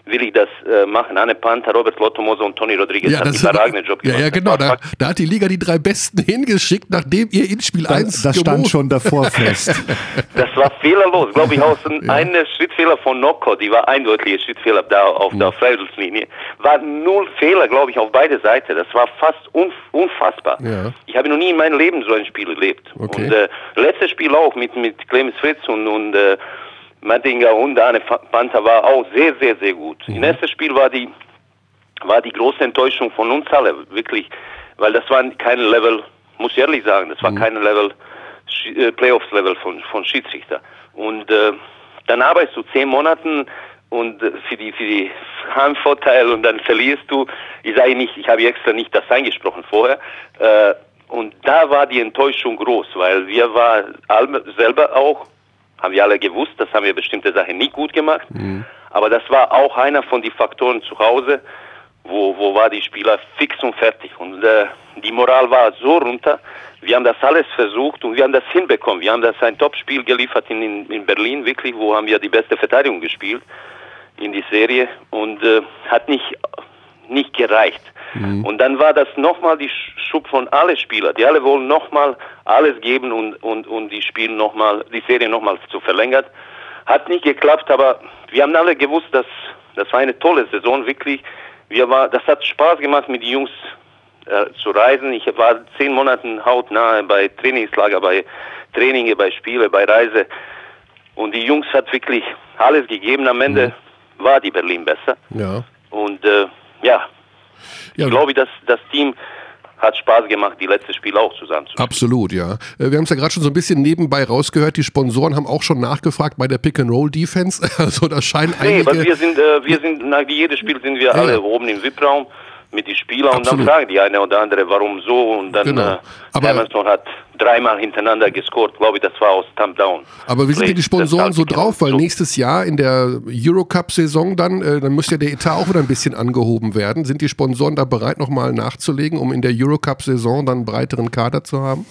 will ich das äh, machen. Anne Panther, Robert Lottomoser und Tony Rodriguez Ja, haben das einen überragenden Job ja, gemacht. ja, genau. Da, da hat die Liga die drei Besten hingeschickt, nachdem ihr in Spiel Da, eins das stand schon davor fest. Das war fehlerlos, glaube ich, aus ein, ja. Eine Schrittfehler von Nocco, die war eindeutig Schrittfehler da auf mhm. der Freistoßlinie. War null Fehler, glaube ich, auf beide Seiten. Das war fast unf unfassbar. Ja. Ich habe noch nie in meinem Leben so ein Spiel erlebt. Okay. Und äh, letztes Spiel auch mit, mit Clemens Fritz und, und äh, Mattinger und Arne Panther war auch sehr, sehr, sehr gut. Mhm. Im ersten Spiel war die, war die große Enttäuschung von uns alle, wirklich, weil das war kein Level, muss ich ehrlich sagen, das war mhm. kein Level, äh, Playoffs-Level von, von Schiedsrichter. Und äh, dann arbeitest du zehn Monaten und äh, für die, für die Heimvorteil und dann verlierst du, ich sage nicht, ich habe extra nicht das eingesprochen vorher, äh, und da war die Enttäuschung groß, weil wir waren selber auch, haben wir alle gewusst, das haben wir bestimmte Sachen nicht gut gemacht. Mhm. Aber das war auch einer von den Faktoren zu Hause, wo, wo war die Spieler fix und fertig. Und äh, die Moral war so runter. Wir haben das alles versucht und wir haben das hinbekommen. Wir haben das ein Topspiel geliefert in, in, in Berlin, wirklich, wo haben wir die beste Verteidigung gespielt in die Serie. Und äh, hat nicht, nicht gereicht. Mhm. Und dann war das nochmal die Schub von allen Spielern. Die alle wollen nochmal alles geben und, und, und die spielen nochmal, die Serie nochmal zu verlängert. Hat nicht geklappt, aber wir haben alle gewusst, dass das war eine tolle Saison, wirklich. Wir war, das hat Spaß gemacht, mit den Jungs äh, zu reisen. Ich war zehn Monate hautnah bei Trainingslager, bei Trainingen, bei Spielen, bei Reise. Und die Jungs hat wirklich alles gegeben. Am Ende mhm. war die Berlin besser. Ja. Und äh, ja, Ja. ich glaube, dass das Team hat Spaß gemacht, die letzte Spiele auch zusammen zu spielen. Absolut, ja. Wir haben es ja gerade schon so ein bisschen nebenbei rausgehört, die Sponsoren haben auch schon nachgefragt bei der Pick-and-Roll-Defense. Also das scheint nee, einige... Nee, wir sind, äh, wir sind, nach jedes Spiel sind wir ja. alle oben im V I P-Raum mit den Spielern und dann fragen die eine oder andere, warum so, und dann genau. äh, Hamilton hat dreimal hintereinander gescored, glaube ich, das war aus Thumb Down. Aber wie sind denn die Sponsoren so drauf? Weil nächstes Jahr in der Eurocup-Saison dann, äh, dann müsste ja der Etat auch wieder ein bisschen angehoben werden. Sind die Sponsoren da bereit, nochmal nachzulegen, um in der Eurocup-Saison dann einen breiteren Kader zu haben?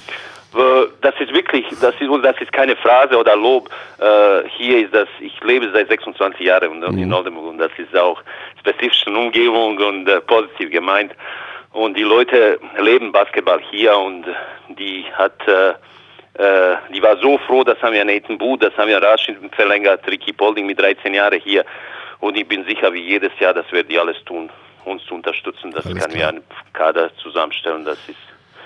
Das ist wirklich, das ist, das ist keine Phrase oder Lob. Äh, hier ist das, ich lebe seit sechsundzwanzig Jahren in mhm. Oldenburg und das ist auch spezifische Umgebung und äh, positiv gemeint. Und die Leute leben Basketball hier und die hat, äh, äh, die war so froh, das haben wir Nathan Booth, das haben wir Rashid verlängert, Ricky Polding mit dreizehn Jahren hier. Und ich bin sicher, wie jedes Jahr, dass wir die alles tun, uns zu unterstützen. Das alles können klar. wir einen Kader zusammenstellen, das ist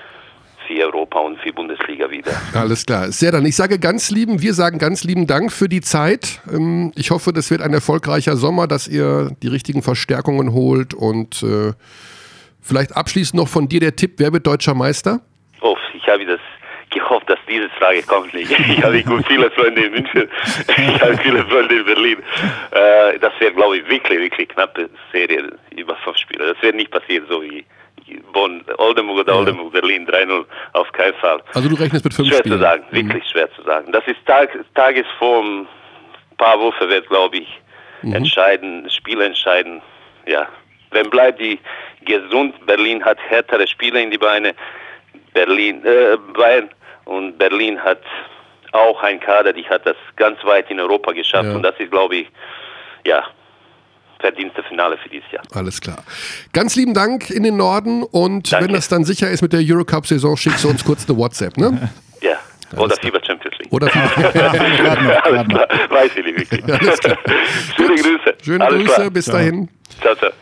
für Europa und für Bundesliga wieder. Alles klar. Sehr dann. Ich sage ganz lieben, wir sagen ganz lieben Dank für die Zeit. Ich hoffe, das wird ein erfolgreicher Sommer, dass ihr die richtigen Verstärkungen holt und äh, vielleicht abschließend noch von dir der Tipp, wer wird deutscher Meister? Oh, ich habe das gehofft, dass diese Frage kommt nicht. Ich habe viele Freunde in München, ich habe viele Freunde in Berlin. Äh, das wäre, glaube ich, wirklich, wirklich knappe Serie über fünf Spiele. Das wird nicht passieren, so wie Bonn, Oldenburg oder ja. Oldenburg, Berlin, drei null, auf keinen Fall. Also du rechnest mit fünf schwer Spielen? Schwer zu sagen, wirklich mhm. schwer zu sagen. Das ist Tag, Tagesform, ein paar Würfe wird, glaube ich, mhm. entscheiden, Spiele entscheiden. Ja, wenn bleibt die gesund, Berlin hat härtere Spiele in die Beine, Berlin, äh, Bayern und Berlin hat auch ein Kader, die hat das ganz weit in Europa geschafft ja. und das ist, glaube ich, ja, verdienste Finale für dieses Jahr. Alles klar. Ganz lieben Dank in den Norden und Danke. Wenn das dann sicher ist mit der Eurocup-Saison, schickst du uns kurz eine WhatsApp, ne? Ja, oder FIBA Champions League. Oder FIBA. Alles klar, weiß ich nicht wirklich. Alles klar. Schöne Grüße. Schöne Alles Grüße, klar. bis Ciao. dahin. Ciao, ciao.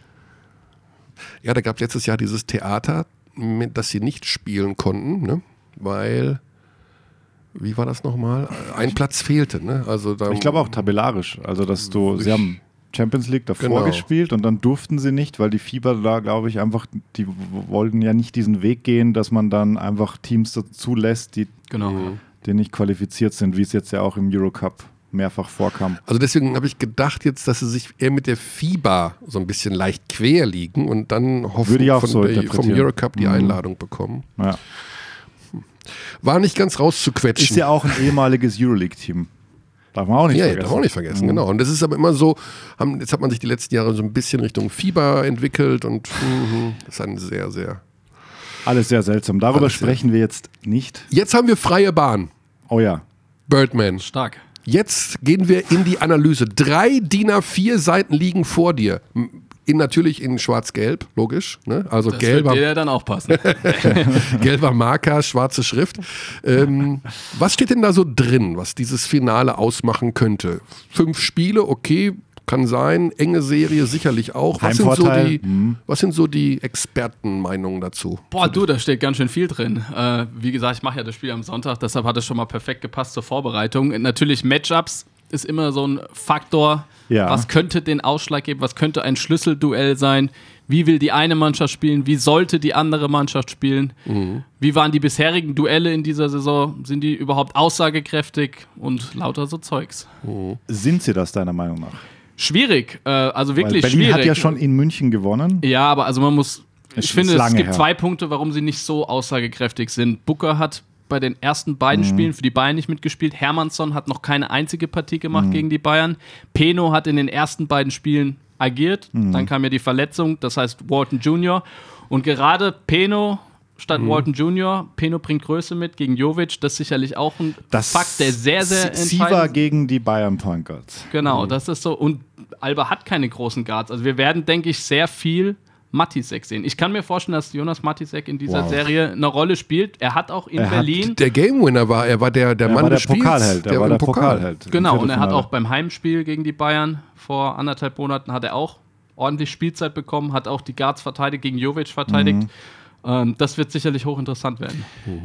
Ja, da gab es letztes Jahr dieses Theater, das sie nicht spielen konnten, ne? Weil, wie war das nochmal? Ein Platz fehlte, ne? Also da ich glaube auch tabellarisch. Also, dass du, sie haben Champions League davor genau. gespielt und dann durften sie nicht, weil die FIBA da, glaube ich, einfach, die wollten ja nicht diesen Weg gehen, dass man dann einfach Teams dazu lässt, die, genau. die nicht qualifiziert sind, wie es jetzt ja auch im Eurocup mehrfach vorkam. Also deswegen habe ich gedacht jetzt, dass sie sich eher mit der FIBA so ein bisschen leicht quer liegen und dann hoffen, von so der, vom Eurocup die mhm. Einladung bekommen. Ja. War nicht ganz rauszuquetschen. Ist ja auch ein ehemaliges Euroleague-Team. Darf man auch nicht ja, vergessen. Ja, darf auch nicht vergessen, mhm. genau. Und das ist aber immer so, haben, jetzt hat man sich die letzten Jahre so ein bisschen Richtung FIBA entwickelt und mh, das ist ein sehr, sehr... Alles sehr seltsam. Darüber Alles sprechen sehr. wir jetzt nicht. Jetzt haben wir freie Bahn. Oh ja. Birdman. Stark. Jetzt gehen wir in die Analyse. Drei D I N A vier Seiten liegen vor dir. In, natürlich in schwarz-gelb, logisch. Ne? Also das gelber, wird dir ja dann auch passen. gelber Marker, schwarze Schrift. Ähm, was steht denn da so drin, was dieses Finale ausmachen könnte? Fünf Spiele, okay, kann sein. Enge Serie sicherlich auch. Was sind so die, mhm. was sind so die Expertenmeinungen dazu? Boah, du, da steht ganz schön viel drin. Äh, wie gesagt, ich mache ja das Spiel am Sonntag, deshalb hat es schon mal perfekt gepasst zur Vorbereitung. Natürlich Matchups ist immer so ein Faktor. Ja. Was könnte den Ausschlag geben? Was könnte ein Schlüsselduell sein? Wie will die eine Mannschaft spielen? Wie sollte die andere Mannschaft spielen? Mhm. Wie waren die bisherigen Duelle in dieser Saison? Sind die überhaupt aussagekräftig? Und lauter so Zeugs. Mhm. Sind sie das deiner Meinung nach? Schwierig, äh, also wirklich Weil Berlin schwierig. hat ja schon in München gewonnen. Ja, aber also man muss, ich Es finde, ist es lange gibt her. zwei Punkte, warum sie nicht so aussagekräftig sind. Booker hat bei den ersten beiden Mhm. Spielen für die Bayern nicht mitgespielt. Hermannsson hat noch keine einzige Partie gemacht gegen die Bayern. Peno hat in den ersten beiden Spielen agiert. Mhm. Dann kam ja die Verletzung, das heißt Walton Junior Und gerade Peno statt Mhm. Walton Junior Peno bringt Größe mit gegen Jovic. Das ist sicherlich auch ein Das Fakt, der sehr, sehr Siva entscheidend ist. gegen die Bayern Point Guards. Genau, das ist so. Und Alba hat keine großen Guards. Also wir werden, denke ich, sehr viel Matisek sehen. Ich kann mir vorstellen, dass Jonas Matisek in dieser Wow. Serie eine Rolle spielt. Er hat auch in Er hat Berlin... Der Game Winner war, er war der, der Er Mann war der des Spiels. Pokalheld. Er war im der Pokal. Pokalheld. im Genau, und er hat Viertelfinale. auch beim Heimspiel gegen die Bayern vor anderthalb Monaten hat er auch ordentlich Spielzeit bekommen, hat auch die Guards verteidigt, gegen Jovic verteidigt. Mhm. Ähm, das wird sicherlich hochinteressant werden.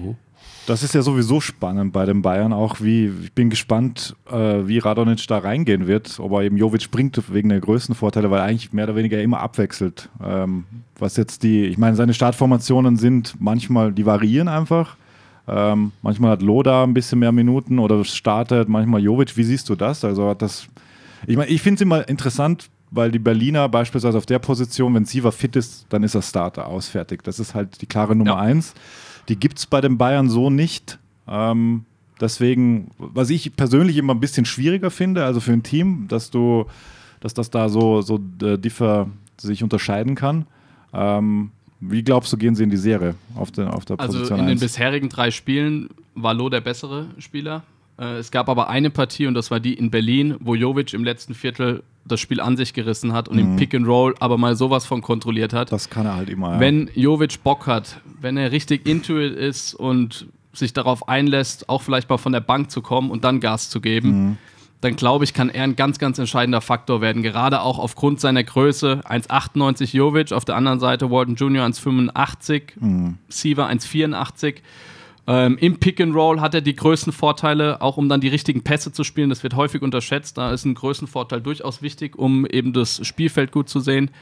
Das ist ja sowieso spannend bei den Bayern auch, wie ich bin gespannt, äh, wie Radonjic da reingehen wird, ob er eben Jovic bringt wegen der Größenvorteile, weil er eigentlich mehr oder weniger immer abwechselt. Ähm, was jetzt die, ich meine, seine Startformationen sind manchmal, die variieren einfach. Ähm, manchmal hat Loda ein bisschen mehr Minuten oder startet manchmal Jovic. Wie siehst du das? Also hat das, ich meine, ich finde es immer interessant, weil die Berliner beispielsweise auf der Position, wenn Siva fit ist, dann ist er Starter, ausfertigt. Das ist halt die klare Nummer Ja. eins. Die gibt es bei den Bayern so nicht. Ähm, deswegen, was ich persönlich immer ein bisschen schwieriger finde, also für ein Team, dass du, dass das da so, so äh, differ sich unterscheiden kann. Ähm, wie glaubst du, gehen sie in die Serie auf, den, auf der Also Position in den eins? bisherigen drei Spielen war Loh der bessere Spieler. Äh, es gab aber eine Partie, und das war die in Berlin, wo Jovic im letzten Viertel das Spiel an sich gerissen hat und im Pick and Roll aber mal sowas von kontrolliert hat. Das kann er halt immer. Ja. Wenn Jovic Bock hat, wenn er richtig into it ist und sich darauf einlässt, auch vielleicht mal von der Bank zu kommen und dann Gas zu geben, Mhm. dann glaube ich, kann er ein ganz, ganz entscheidender Faktor werden. Gerade auch aufgrund seiner Größe. eins Komma achtundneunzig Jovic, auf der anderen Seite Walton Junior eins Komma fünfundachtzig, Mhm. Siva eins Komma vierundachtzig. Ähm, Im Pick and Roll hat er die größten Vorteile, auch um dann die richtigen Pässe zu spielen. Das wird häufig unterschätzt. Da ist ein Größenvorteil durchaus wichtig, um eben das Spielfeld gut zu sehen.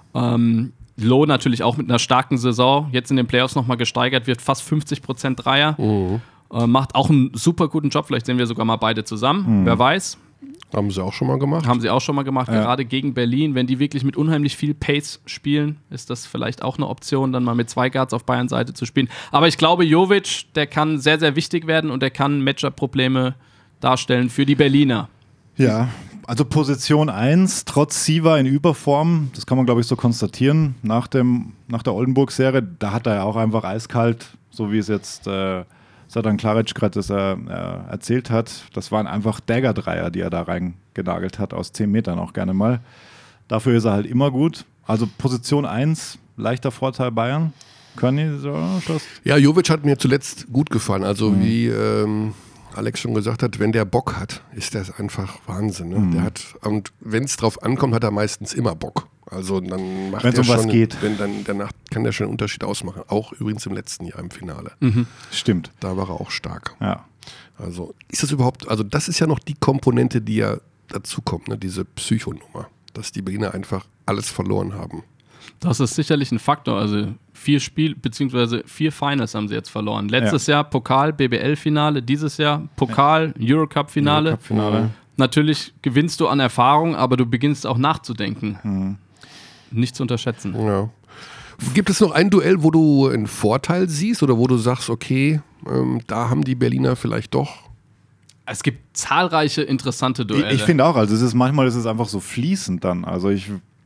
Ähm, Loh natürlich auch mit einer starken Saison, jetzt in den Playoffs nochmal gesteigert, wird fast fünfzig Prozent Dreier. Mhm. Äh, macht auch einen super guten Job. Vielleicht sehen wir sogar mal beide zusammen. Mhm. Wer weiß. Haben sie auch schon mal gemacht. Haben sie auch schon mal gemacht. Ja. Gerade gegen Berlin. Wenn die wirklich mit unheimlich viel Pace spielen, ist das vielleicht auch eine Option, dann mal mit zwei Guards auf Bayern Seite zu spielen. Aber ich glaube, Jovic, der kann sehr, sehr wichtig werden und der kann Matchup-Probleme darstellen für die Berliner. Ja, also Position eins, trotz Siva in Überform, das kann man, glaube ich, so konstatieren, nach, dem, nach der Oldenburg-Serie, da hat er ja auch einfach eiskalt, so wie es jetzt äh, Sadan Klaric gerade das, äh, äh, erzählt hat, das waren einfach Dagger-Dreier, die er da reingenagelt hat, aus zehn Metern auch gerne mal. Dafür ist er halt immer gut. Also Position eins, leichter Vorteil Bayern. Können die so Schluss? Ja, Jovic hat mir zuletzt gut gefallen. Also mhm. wie ähm, Alex schon gesagt hat, wenn der Bock hat, ist das einfach Wahnsinn. Ne? Mhm. Der hat, und wenn es drauf ankommt, hat er meistens immer Bock. Also dann macht Wenn's er um was schon, geht. wenn dann danach kann der schon einen Unterschied ausmachen. Auch übrigens im letzten Jahr im Finale. Mhm. Stimmt. Da war er auch stark. Ja. Also ist das überhaupt, also das ist ja noch die Komponente, die ja dazu kommt, ne? Diese Psychonummer, dass die Berliner einfach alles verloren haben. Das ist sicherlich ein Faktor. Also vier Spiel beziehungsweise vier Finals haben sie jetzt verloren. Letztes ja. Jahr Pokal, B B L-Finale, dieses Jahr Pokal, ja. Eurocup-Finale. Eurocup-Finale. Natürlich gewinnst du an Erfahrung, aber du beginnst auch nachzudenken. Mhm. Nicht zu unterschätzen. Ja. Gibt es noch ein Duell, wo du einen Vorteil siehst oder wo du sagst, okay, ähm, da haben die Berliner vielleicht doch? Es gibt zahlreiche interessante Duelle. Ich, ich finde auch, also es ist manchmal ist es einfach so fließend dann. Also ich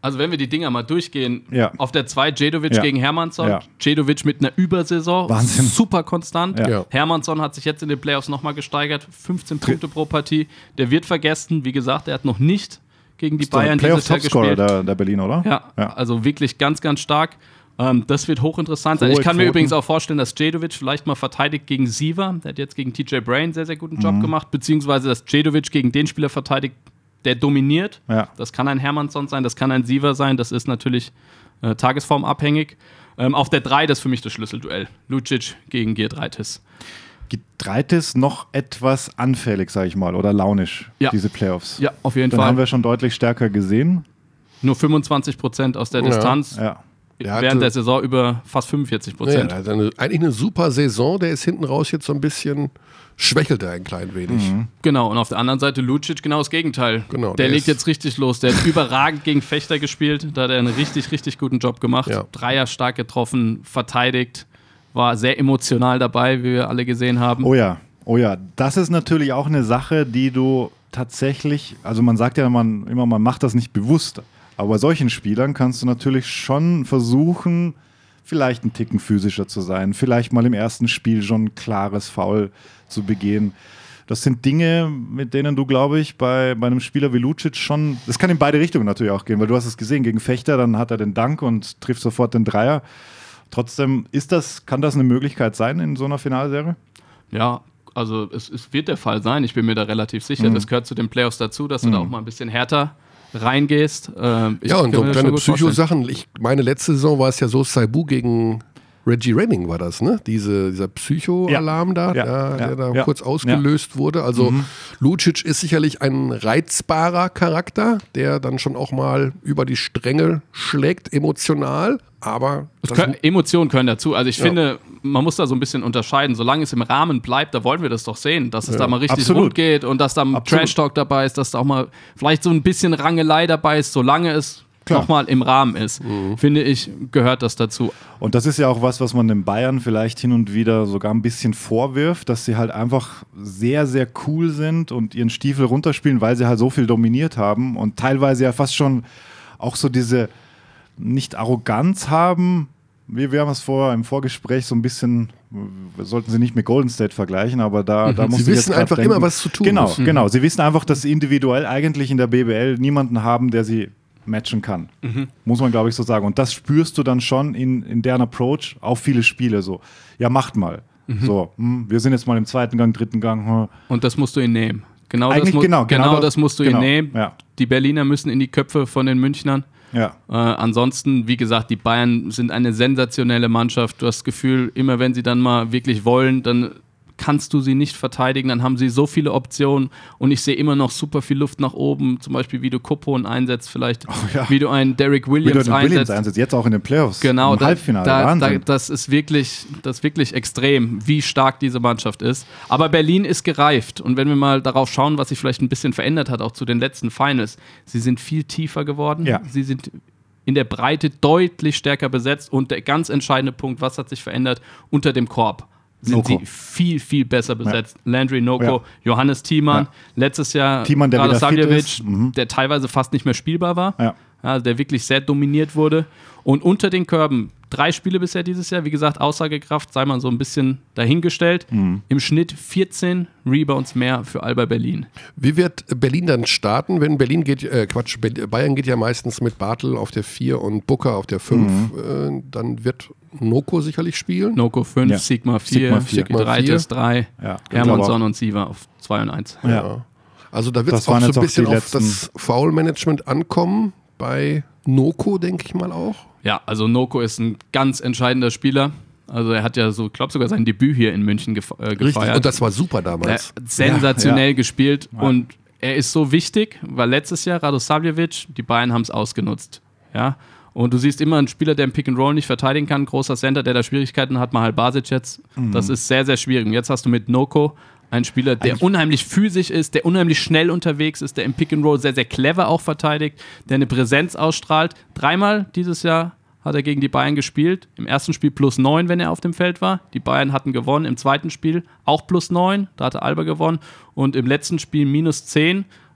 Also wenn wir die Dinger mal durchgehen, Ja. auf der zwei Djedovic Ja. gegen Hermannsson, Ja. Djedovic mit einer Übersaison, Wahnsinn. super konstant. Ja. Ja. Hermannsson hat sich jetzt in den Playoffs nochmal gesteigert, fünfzehn Punkte pro Partie. Der wird vergessen, wie gesagt, er hat noch nicht gegen die Bayern dieses Jahr Playoff-Topscorer gespielt. der, der Berlin, oder? Ja, Ja. also wirklich ganz, ganz stark. Ähm, das wird hochinteressant sein. Hohe Ich kann mir Quoten. übrigens auch vorstellen, dass Djedovic vielleicht mal verteidigt gegen Siever. Der hat jetzt gegen T J Brain einen sehr, sehr guten Job Mhm. gemacht. Beziehungsweise, dass Djedovic gegen den Spieler verteidigt, der dominiert. Ja. Das kann ein Hermannsson sein, das kann ein Siever sein. Das ist natürlich äh, tagesformabhängig. Ähm, auf der drei, das ist für mich das Schlüsselduell. Lucic gegen Giedraitis. Giedraitis noch etwas anfällig, sag ich mal, oder launisch, Ja. diese Playoffs. Ja, auf jeden Dann Fall. haben wir schon deutlich stärker gesehen. Nur fünfundzwanzig Prozent aus der Ja. Distanz. Ja. Der hatte- Während der Saison über fast fünfundvierzig Ja, Prozent. der hat eine, eigentlich eine super Saison, der ist hinten raus jetzt so ein bisschen, schwächelt er ein klein wenig. Genau, und auf der anderen Seite Lucic genau das Gegenteil. Genau, der der legt ist- jetzt richtig los. Der hat überragend gegen Fechter gespielt. Da hat er einen richtig, richtig guten Job gemacht. Ja. Dreier stark getroffen, verteidigt. War sehr emotional dabei, wie wir alle gesehen haben. Oh ja, oh ja. Das ist natürlich auch eine Sache, die du tatsächlich, also man sagt ja man, immer, man macht das nicht bewusst, aber bei solchen Spielern kannst du natürlich schon versuchen, vielleicht einen Ticken physischer zu sein, vielleicht mal im ersten Spiel schon ein klares Foul zu begehen. Das sind Dinge, mit denen du, glaube ich, bei, bei einem Spieler wie Lucic schon, das kann in beide Richtungen natürlich auch gehen, weil du hast es gesehen, gegen Fechter, dann hat er den Dank und trifft sofort den Dreier. Trotzdem, ist das, kann das eine Möglichkeit sein in so einer Finalserie? Ja, also es, es wird der Fall sein. Ich bin mir da relativ sicher. Mhm. Das gehört zu den Playoffs dazu, dass du da auch mal ein bisschen härter reingehst. Ähm, ich Ja, und kann so mir das kleine schon gut vorstellen. Psychosachen. Ich meine, letzte Saison war es ja so, Saibu gegen Reggie Renning war das, ne? Diese, dieser Psycho-Alarm da, Ja, der, ja, der da ja. kurz ausgelöst wurde. Also Lucic ist sicherlich ein reizbarer Charakter, der dann schon auch mal über die Stränge schlägt, emotional. Aber Es das, können, Emotionen können dazu. Also ich Ja. finde, man muss da so ein bisschen unterscheiden. Solange es im Rahmen bleibt, da wollen wir das doch sehen, dass es da mal richtig Absolut. rund geht und dass da ein Absolut. Trash-Talk dabei ist, dass da auch mal vielleicht so ein bisschen Rangelei dabei ist, solange es Klar. nochmal im Rahmen ist, finde ich, gehört das dazu. Und das ist ja auch was, was man den Bayern vielleicht hin und wieder sogar ein bisschen vorwirft, dass sie halt einfach sehr, sehr cool sind und ihren Stiefel runterspielen, weil sie halt so viel dominiert haben und teilweise ja fast schon auch so diese nicht Arroganz haben. Wir, wir haben es vorher im Vorgespräch so ein bisschen, wir sollten sie nicht mit Golden State vergleichen, aber da, da muss Sie ich jetzt wissen grad einfach denken. immer, was zu tun Genau, ist. genau. Sie wissen einfach, dass sie individuell eigentlich in der B B L niemanden haben, der sie matchen kann. Muss man, glaube ich, so sagen. Und das spürst du dann schon in, in deren Approach auf viele Spiele so. Ja, macht mal. So, hm, wir sind jetzt mal im zweiten Gang, dritten Gang. Hm. Und das musst du ihnen nehmen. Genau, Eigentlich das, mu genau, genau, genau das musst du genau, ihnen nehmen. ja. Die Berliner müssen in die Köpfe von den Münchnern. Ja. Äh, ansonsten, wie gesagt, die Bayern sind eine sensationelle Mannschaft. Du hast das Gefühl, immer wenn sie dann mal wirklich wollen, dann kannst du sie nicht verteidigen. Dann haben sie so viele Optionen und ich sehe immer noch super viel Luft nach oben. Zum Beispiel, wie du Kopon einsetzt, vielleicht, Oh ja. wie du einen Derek Wie du Williams den einsetzt. Williams einsetzt, jetzt auch in den Playoffs. Genau, im da, Halbfinale. da, da, Wahnsinn. das ist wirklich, das ist wirklich extrem, wie stark diese Mannschaft ist. Aber Berlin ist gereift und wenn wir mal darauf schauen, was sich vielleicht ein bisschen verändert hat, auch zu den letzten Finals, sie sind viel tiefer geworden. Ja. Sie sind in der Breite deutlich stärker besetzt und der ganz entscheidende Punkt, was hat sich verändert, unter dem Korb sind Noko. sie viel, viel besser besetzt. Landry Noko, Ja. Johannes Thiemann, Ja. letztes Jahr Thiemann, der wieder fit Radosavljevic, ist. Mhm. der teilweise fast nicht mehr spielbar war. Ja. Ja, der wirklich sehr dominiert wurde. Und unter den Körben, drei Spiele bisher dieses Jahr, wie gesagt, Aussagekraft, sei mal so ein bisschen dahingestellt. Mhm. Im Schnitt vierzehn Rebounds mehr für Alba Berlin. wie wird Berlin dann starten, wenn Berlin geht, äh, Quatsch, Be- Bayern geht ja meistens mit Bartel auf der vier und Booker auf der fünf. Mhm. Äh, dann wird Noko sicherlich spielen. Noko fünf, Ja. Sigma vier, Sigma vier. Sigidreitis drei, Ja. Hermannsson Aber- und Siva auf zwei und eins. Ja. Also da wird Das es auch waren so jetzt ein auch bisschen die auf das Foul-Management ankommen. Bei Noko, denke ich mal auch. Ja, also Noko ist ein ganz entscheidender Spieler. Also er hat ja so, ich glaube sogar sein Debüt hier in München gef äh, gefeiert. Richtig. Und das war super Er damals. hat sensationell Ja, ja. gespielt und er ist so wichtig, weil letztes Jahr Radosavljevic, die Bayern haben es ausgenutzt. Ja? Und du siehst immer einen Spieler, der im Pick and Roll nicht verteidigen kann, großer Center, der da Schwierigkeiten hat, Mahal Basic jetzt. Das ist sehr, sehr schwierig. Und jetzt hast du mit Noko einen Spieler, der unheimlich physisch ist, der unheimlich schnell unterwegs ist, der im Pick and Roll sehr, sehr clever auch verteidigt, der eine Präsenz ausstrahlt. Dreimal dieses Jahr hat er gegen die Bayern gespielt. Im ersten Spiel plus neun, wenn er auf dem Feld war. Die Bayern hatten gewonnen. Im zweiten Spiel auch plus neun, da hatte Alba gewonnen. Und im letzten Spiel minus zehn.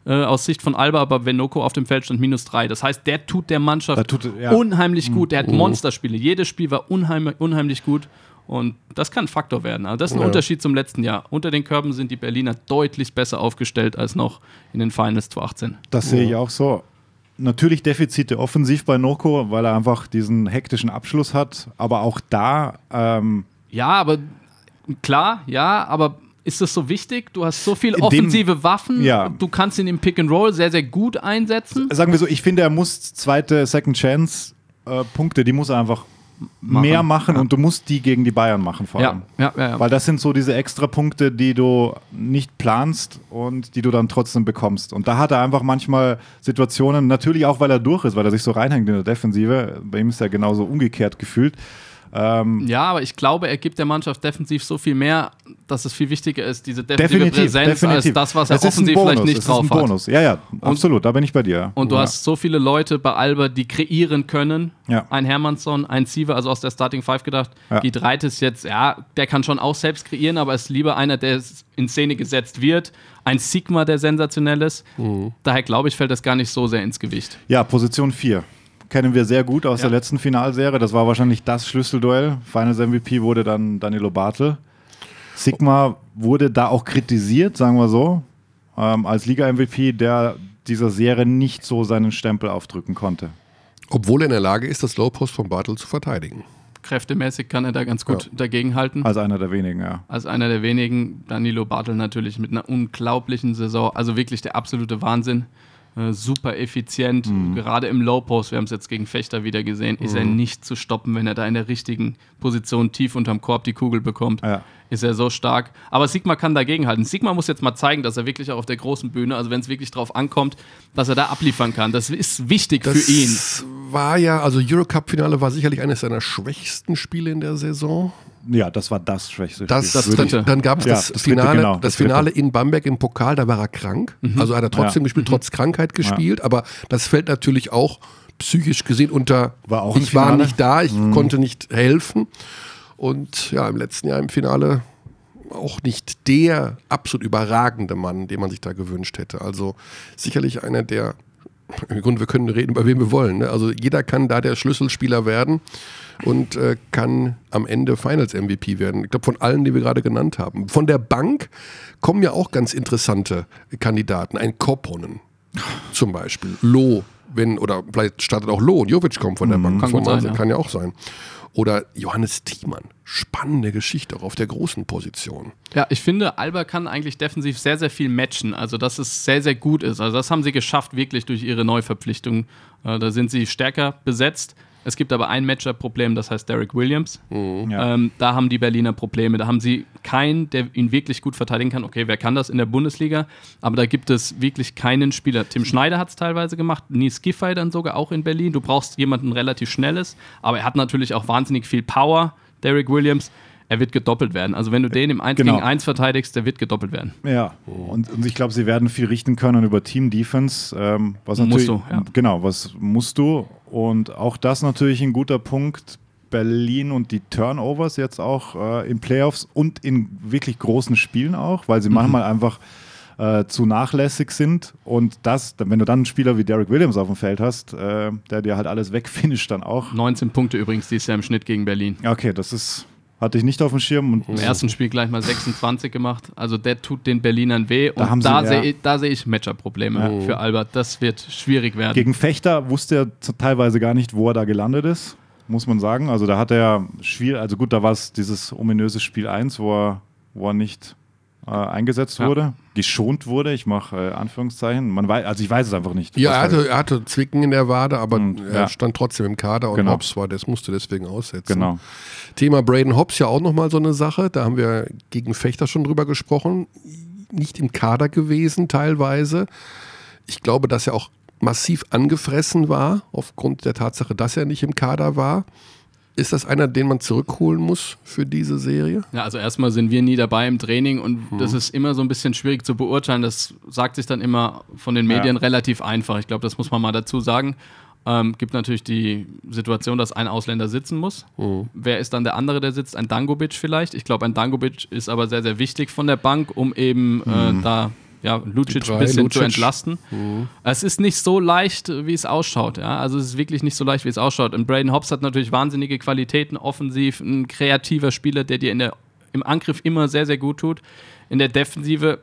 äh, aus Sicht von Alba, aber wenn Noko auf dem Feld stand, minus drei. Das heißt, der tut der Mannschaft tut, ja. unheimlich gut. Der hat Monsterspiele. Jedes Spiel war unheim, unheimlich gut. Und das kann ein Faktor werden. Also das ist ein ja. Unterschied zum letzten Jahr. Unter den Körben sind die Berliner deutlich besser aufgestellt als noch in den Finals zwanzig achtzehn. Das sehe ich auch so. Natürlich Defizite offensiv bei Noko, weil er einfach diesen hektischen Abschluss hat. Aber auch da... Ähm ja, aber klar, ja, aber ist das so wichtig? Du hast so viele In offensive dem, Waffen. ja. Du kannst ihn im Pick and Roll sehr, sehr gut einsetzen. Sagen wir so, ich finde, er muss zweite Second Chance äh, Punkte, die muss er einfach Machen. mehr machen Ja. und du musst die gegen die Bayern machen vor allem. Ja, ja, ja, ja. Weil das sind so diese extra Punkte, die du nicht planst und die du dann trotzdem bekommst. Und da hat er einfach manchmal Situationen, natürlich auch, weil er durch ist, weil er sich so reinhängt in der Defensive. Bei ihm ist er genauso umgekehrt gefühlt. Ähm, Ja, aber ich glaube, er gibt der Mannschaft defensiv so viel mehr, dass es viel wichtiger ist, diese defensive definitiv, Präsenz, definitiv. als das, was er Es ist ein offensiv Bonus, vielleicht nicht es drauf ist ein hat. Bonus. Ja, ja, absolut, da bin ich bei dir. Und du ja. hast so viele Leute bei Alba, die kreieren können. Ja. Ein Hermannsson, ein Siever, also aus der Starting Five gedacht. Ja. Giedraitis jetzt, ja, der kann schon auch selbst kreieren, aber ist lieber einer, der in Szene gesetzt wird. Ein Sigma, der sensationell ist. Mhm. Daher glaube ich, fällt das gar nicht so sehr ins Gewicht. Ja, Position vier. Kennen wir sehr gut aus Ja. der letzten Finalserie. Das war wahrscheinlich das Schlüsselduell. Finals M V P wurde dann Danilo Bartel. Sigma wurde da auch kritisiert, sagen wir so, ähm, als Liga-M V P, der dieser Serie nicht so seinen Stempel aufdrücken konnte. Obwohl er in der Lage ist, das Low-Post von Bartel zu verteidigen. Kräftemäßig kann er da ganz gut Ja. dagegenhalten. Als einer der wenigen, ja. Als einer der wenigen, Danilo Bartel natürlich mit einer unglaublichen Saison, also wirklich der absolute Wahnsinn. Äh, super effizient, Mhm. gerade im Low Post, wir haben es jetzt gegen Fechter wieder gesehen, ist Mhm. er nicht zu stoppen, wenn er da in der richtigen Position tief unterm Korb die Kugel bekommt. Ja. Ist er so stark. Aber Sigma kann dagegenhalten. Sigma muss jetzt mal zeigen, dass er wirklich auch auf der großen Bühne, also wenn es wirklich drauf ankommt, dass er da abliefern kann. Das ist wichtig Das für ihn. war ja, also Eurocup-Finale war sicherlich eines seiner schwächsten Spiele in der Saison. Ja, das war das schwächste Das, Spiel. Das dann dritte. dann gab es Ja, das, das dritte, Finale, genau, das das dritte. Finale in Bamberg im Pokal, da war er krank. Also hat er trotzdem Ja. gespielt, trotz Krankheit gespielt, aber das fällt natürlich auch psychisch gesehen unter, War auch ein ich war Finale? nicht da, ich konnte nicht helfen. Und ja, im letzten Jahr im Finale auch nicht der absolut überragende Mann, den man sich da gewünscht hätte. Also sicherlich einer der, im Grunde, wir können reden, über wen wir wollen. Ne? Also jeder kann da der Schlüsselspieler werden und äh, kann am Ende Finals-M V P werden. Ich glaube, von allen, die wir gerade genannt haben. Von der Bank kommen ja auch ganz interessante Kandidaten. Ein Kopponen zum Beispiel. Loh, wenn, oder vielleicht startet auch Loh und Jovic kommt von der Bank. Kann Von gut sein, also, ja. kann ja auch sein. Oder Johannes Thiemann. Spannende Geschichte auch auf der großen Position. Ja, ich finde, Alba kann eigentlich defensiv sehr, sehr viel matchen. Also, dass es sehr, sehr gut ist. Also, das haben sie geschafft, wirklich durch ihre Neuverpflichtung. Äh, da sind sie stärker besetzt. Es gibt aber ein Matchup-Problem, das heißt Derek Williams. Ja. Ähm, da haben die Berliner Probleme. Da haben sie keinen, der ihn wirklich gut verteidigen kann. Okay, wer kann das in der Bundesliga? Aber da gibt es wirklich keinen Spieler. Tim Schneider hat es teilweise gemacht, Nies Giffey dann sogar auch in Berlin. Du brauchst jemanden relativ Schnelles, aber er hat natürlich auch wahnsinnig viel Power, Derek Williams. Er wird gedoppelt werden. Also wenn du den im eins Genau. gegen eins verteidigst, der wird gedoppelt werden. Ja, und, und ich glaube, sie werden viel richten können über Team-Defense. Ähm, was Musst natürlich, du, ja. Genau, was musst du. Und auch das natürlich ein guter Punkt. Berlin und die Turnovers jetzt auch äh, in Playoffs und in wirklich großen Spielen auch, weil sie Mhm. manchmal einfach äh, zu nachlässig sind. Und das, wenn du dann einen Spieler wie Derek Williams auf dem Feld hast, äh, der dir halt alles wegfinisht dann auch. neunzehn Punkte übrigens dieses Jahr im Schnitt gegen Berlin. Okay, das ist, hatte ich nicht auf dem Schirm. Und Im ersten Spiel gleich mal sechsundzwanzig gemacht. Also der tut den Berlinern weh. Und Da haben sie- da ja. sehe ich, da sehe ich Matchup-Probleme für Albert. Das wird schwierig werden. Gegen Fechter wusste er z- teilweise gar nicht, wo er da gelandet ist, muss man sagen. Also da hat er schwierig, also gut, da war es dieses ominöse Spiel eins, wo er, wo er nicht äh, eingesetzt Ja. wurde, geschont wurde, ich mache äh, Anführungszeichen. Man weiß, also ich weiß es einfach nicht. Ja, was er da- hatte, er hatte Zwicken in der Wade, aber Und, er ja. stand trotzdem im Kader und Genau. Hobbs war, das musste deswegen aussetzen. Genau. Thema Braden Hobbs ja auch nochmal so eine Sache, da haben wir gegen Fechter schon drüber gesprochen, nicht im Kader gewesen teilweise. Ich glaube, dass er auch massiv angefressen war, aufgrund der Tatsache, dass er nicht im Kader war. Ist das einer, den man zurückholen muss für diese Serie? Ja, also erstmal sind wir nie dabei im Training und das ist immer so ein bisschen schwierig zu beurteilen. Das sagt sich dann immer von den Medien Ja. relativ einfach. Ich glaube, das muss man mal dazu sagen. Ähm, gibt natürlich die Situation, dass ein Ausländer sitzen muss. Wer ist dann der andere, der sitzt? Ein Dangobic vielleicht? Ich glaube, ein Dangobic ist aber sehr, sehr wichtig von der Bank, um eben äh, da ja, Lucic drei, ein bisschen Lucic. zu entlasten. Mhm. Es ist nicht so leicht, wie es ausschaut. Ja? Also es ist wirklich nicht so leicht, wie es ausschaut. Und Braden Hobbs hat natürlich wahnsinnige Qualitäten, offensiv, ein kreativer Spieler, der dir in der, im Angriff immer sehr, sehr gut tut. In der Defensive,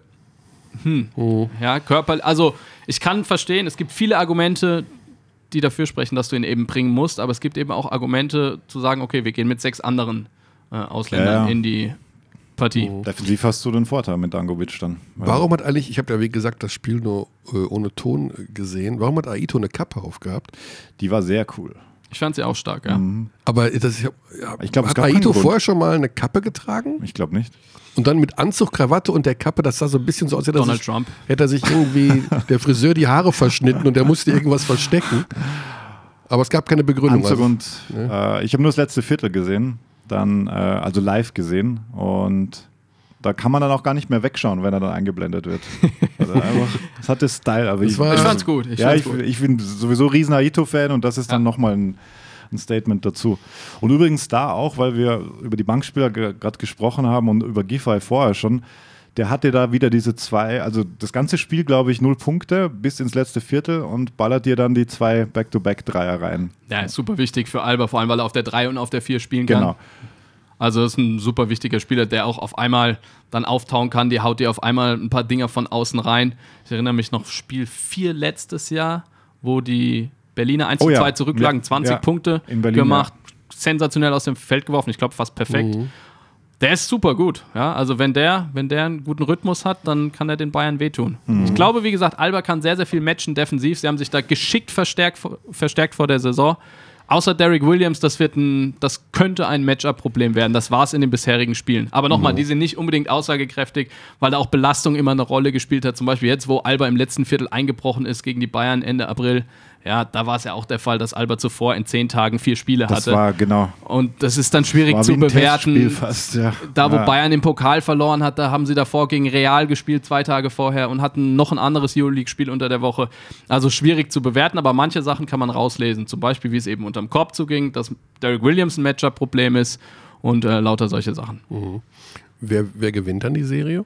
hm, mhm. ja, Körper, also ich kann verstehen, es gibt viele Argumente, die dafür sprechen, dass du ihn eben bringen musst, aber es gibt eben auch Argumente zu sagen, okay, wir gehen mit sechs anderen äh, Ausländern ja, ja. in die Partie. Oh. Defensiv hast du den Vorteil mit Dangovic dann. Warum hat eigentlich, ich habe ja wie gesagt das Spiel nur äh, ohne Ton gesehen, warum hat Aito eine Kappe aufgehabt? Die war sehr cool. Ich fand sie auch stark, ja. Mhm. Aber das, ja, ich glaub, hat Aito vorher schon mal eine Kappe getragen? Ich glaube nicht. Und dann mit Anzug, Krawatte und der Kappe, das sah so ein bisschen so aus, hätte Donald sich, Trump. Hätte er sich irgendwie der Friseur die Haare verschnitten und der musste irgendwas verstecken. Aber es gab keine Begründung. Anzug also, und ja. äh, ich habe nur das letzte Viertel gesehen, dann äh, also live gesehen und da kann man dann auch gar nicht mehr wegschauen, wenn er dann eingeblendet wird. Also einfach, das hatte Style. Aber ich, war, ich fand's gut. Ich, ja, fand's ich, gut. ich bin sowieso riesen Aito-Fan und das ist dann ja. nochmal ein, ein Statement dazu. Und übrigens da auch, weil wir über die Bankspieler ge- gerade gesprochen haben und über Giffey vorher schon, der hatte da wieder diese zwei, also das ganze Spiel, glaube ich, null Punkte bis ins letzte Viertel und ballert dir dann die zwei Back-to-Back-Dreier rein. Ja, ist super wichtig für Alba, vor allem, weil er auf der drei und auf der vier spielen kann. Genau. Also ist ein super wichtiger Spieler, der auch auf einmal dann auftauen kann. Die haut dir auf einmal ein paar Dinger von außen rein. Ich erinnere mich noch Spiel vier letztes Jahr, wo die Berliner eins zu zwei oh ja. zurücklagen, zwanzig ja. Punkte Berlin, gemacht, ja. sensationell aus dem Feld geworfen. Ich glaube fast perfekt. Mhm. Der ist super gut. Ja? Also wenn der, wenn der einen guten Rhythmus hat, dann kann er den Bayern wehtun. Mhm. Ich glaube, wie gesagt, Alba kann sehr, sehr viel matchen defensiv. Sie haben sich da geschickt verstärkt, verstärkt vor der Saison. Außer Derek Williams, das, wird ein, das könnte ein Matchup-Problem werden. Das war es in den bisherigen Spielen. Aber nochmal, mhm. die sind nicht unbedingt aussagekräftig, weil da auch Belastung immer eine Rolle gespielt hat. Zum Beispiel jetzt, wo Alba im letzten Viertel eingebrochen ist gegen die Bayern Ende April. Ja, da war es ja auch der Fall, dass Alba zuvor in zehn Tagen vier Spiele das hatte. Das war, genau. Und das ist dann schwierig war zu wie ein bewerten. Testspiel fast, ja. Da, wo ja. Bayern im Pokal verloren hat, da haben sie davor gegen Real gespielt, zwei Tage vorher und hatten noch ein anderes Euroleague-Spiel unter der Woche. Also schwierig zu bewerten, aber manche Sachen kann man rauslesen. Zum Beispiel, wie es eben unterm Korb zuging, dass Derek Williams ein Matchup-Problem ist und äh, lauter solche Sachen. Mhm. Wer, wer gewinnt dann die Serie?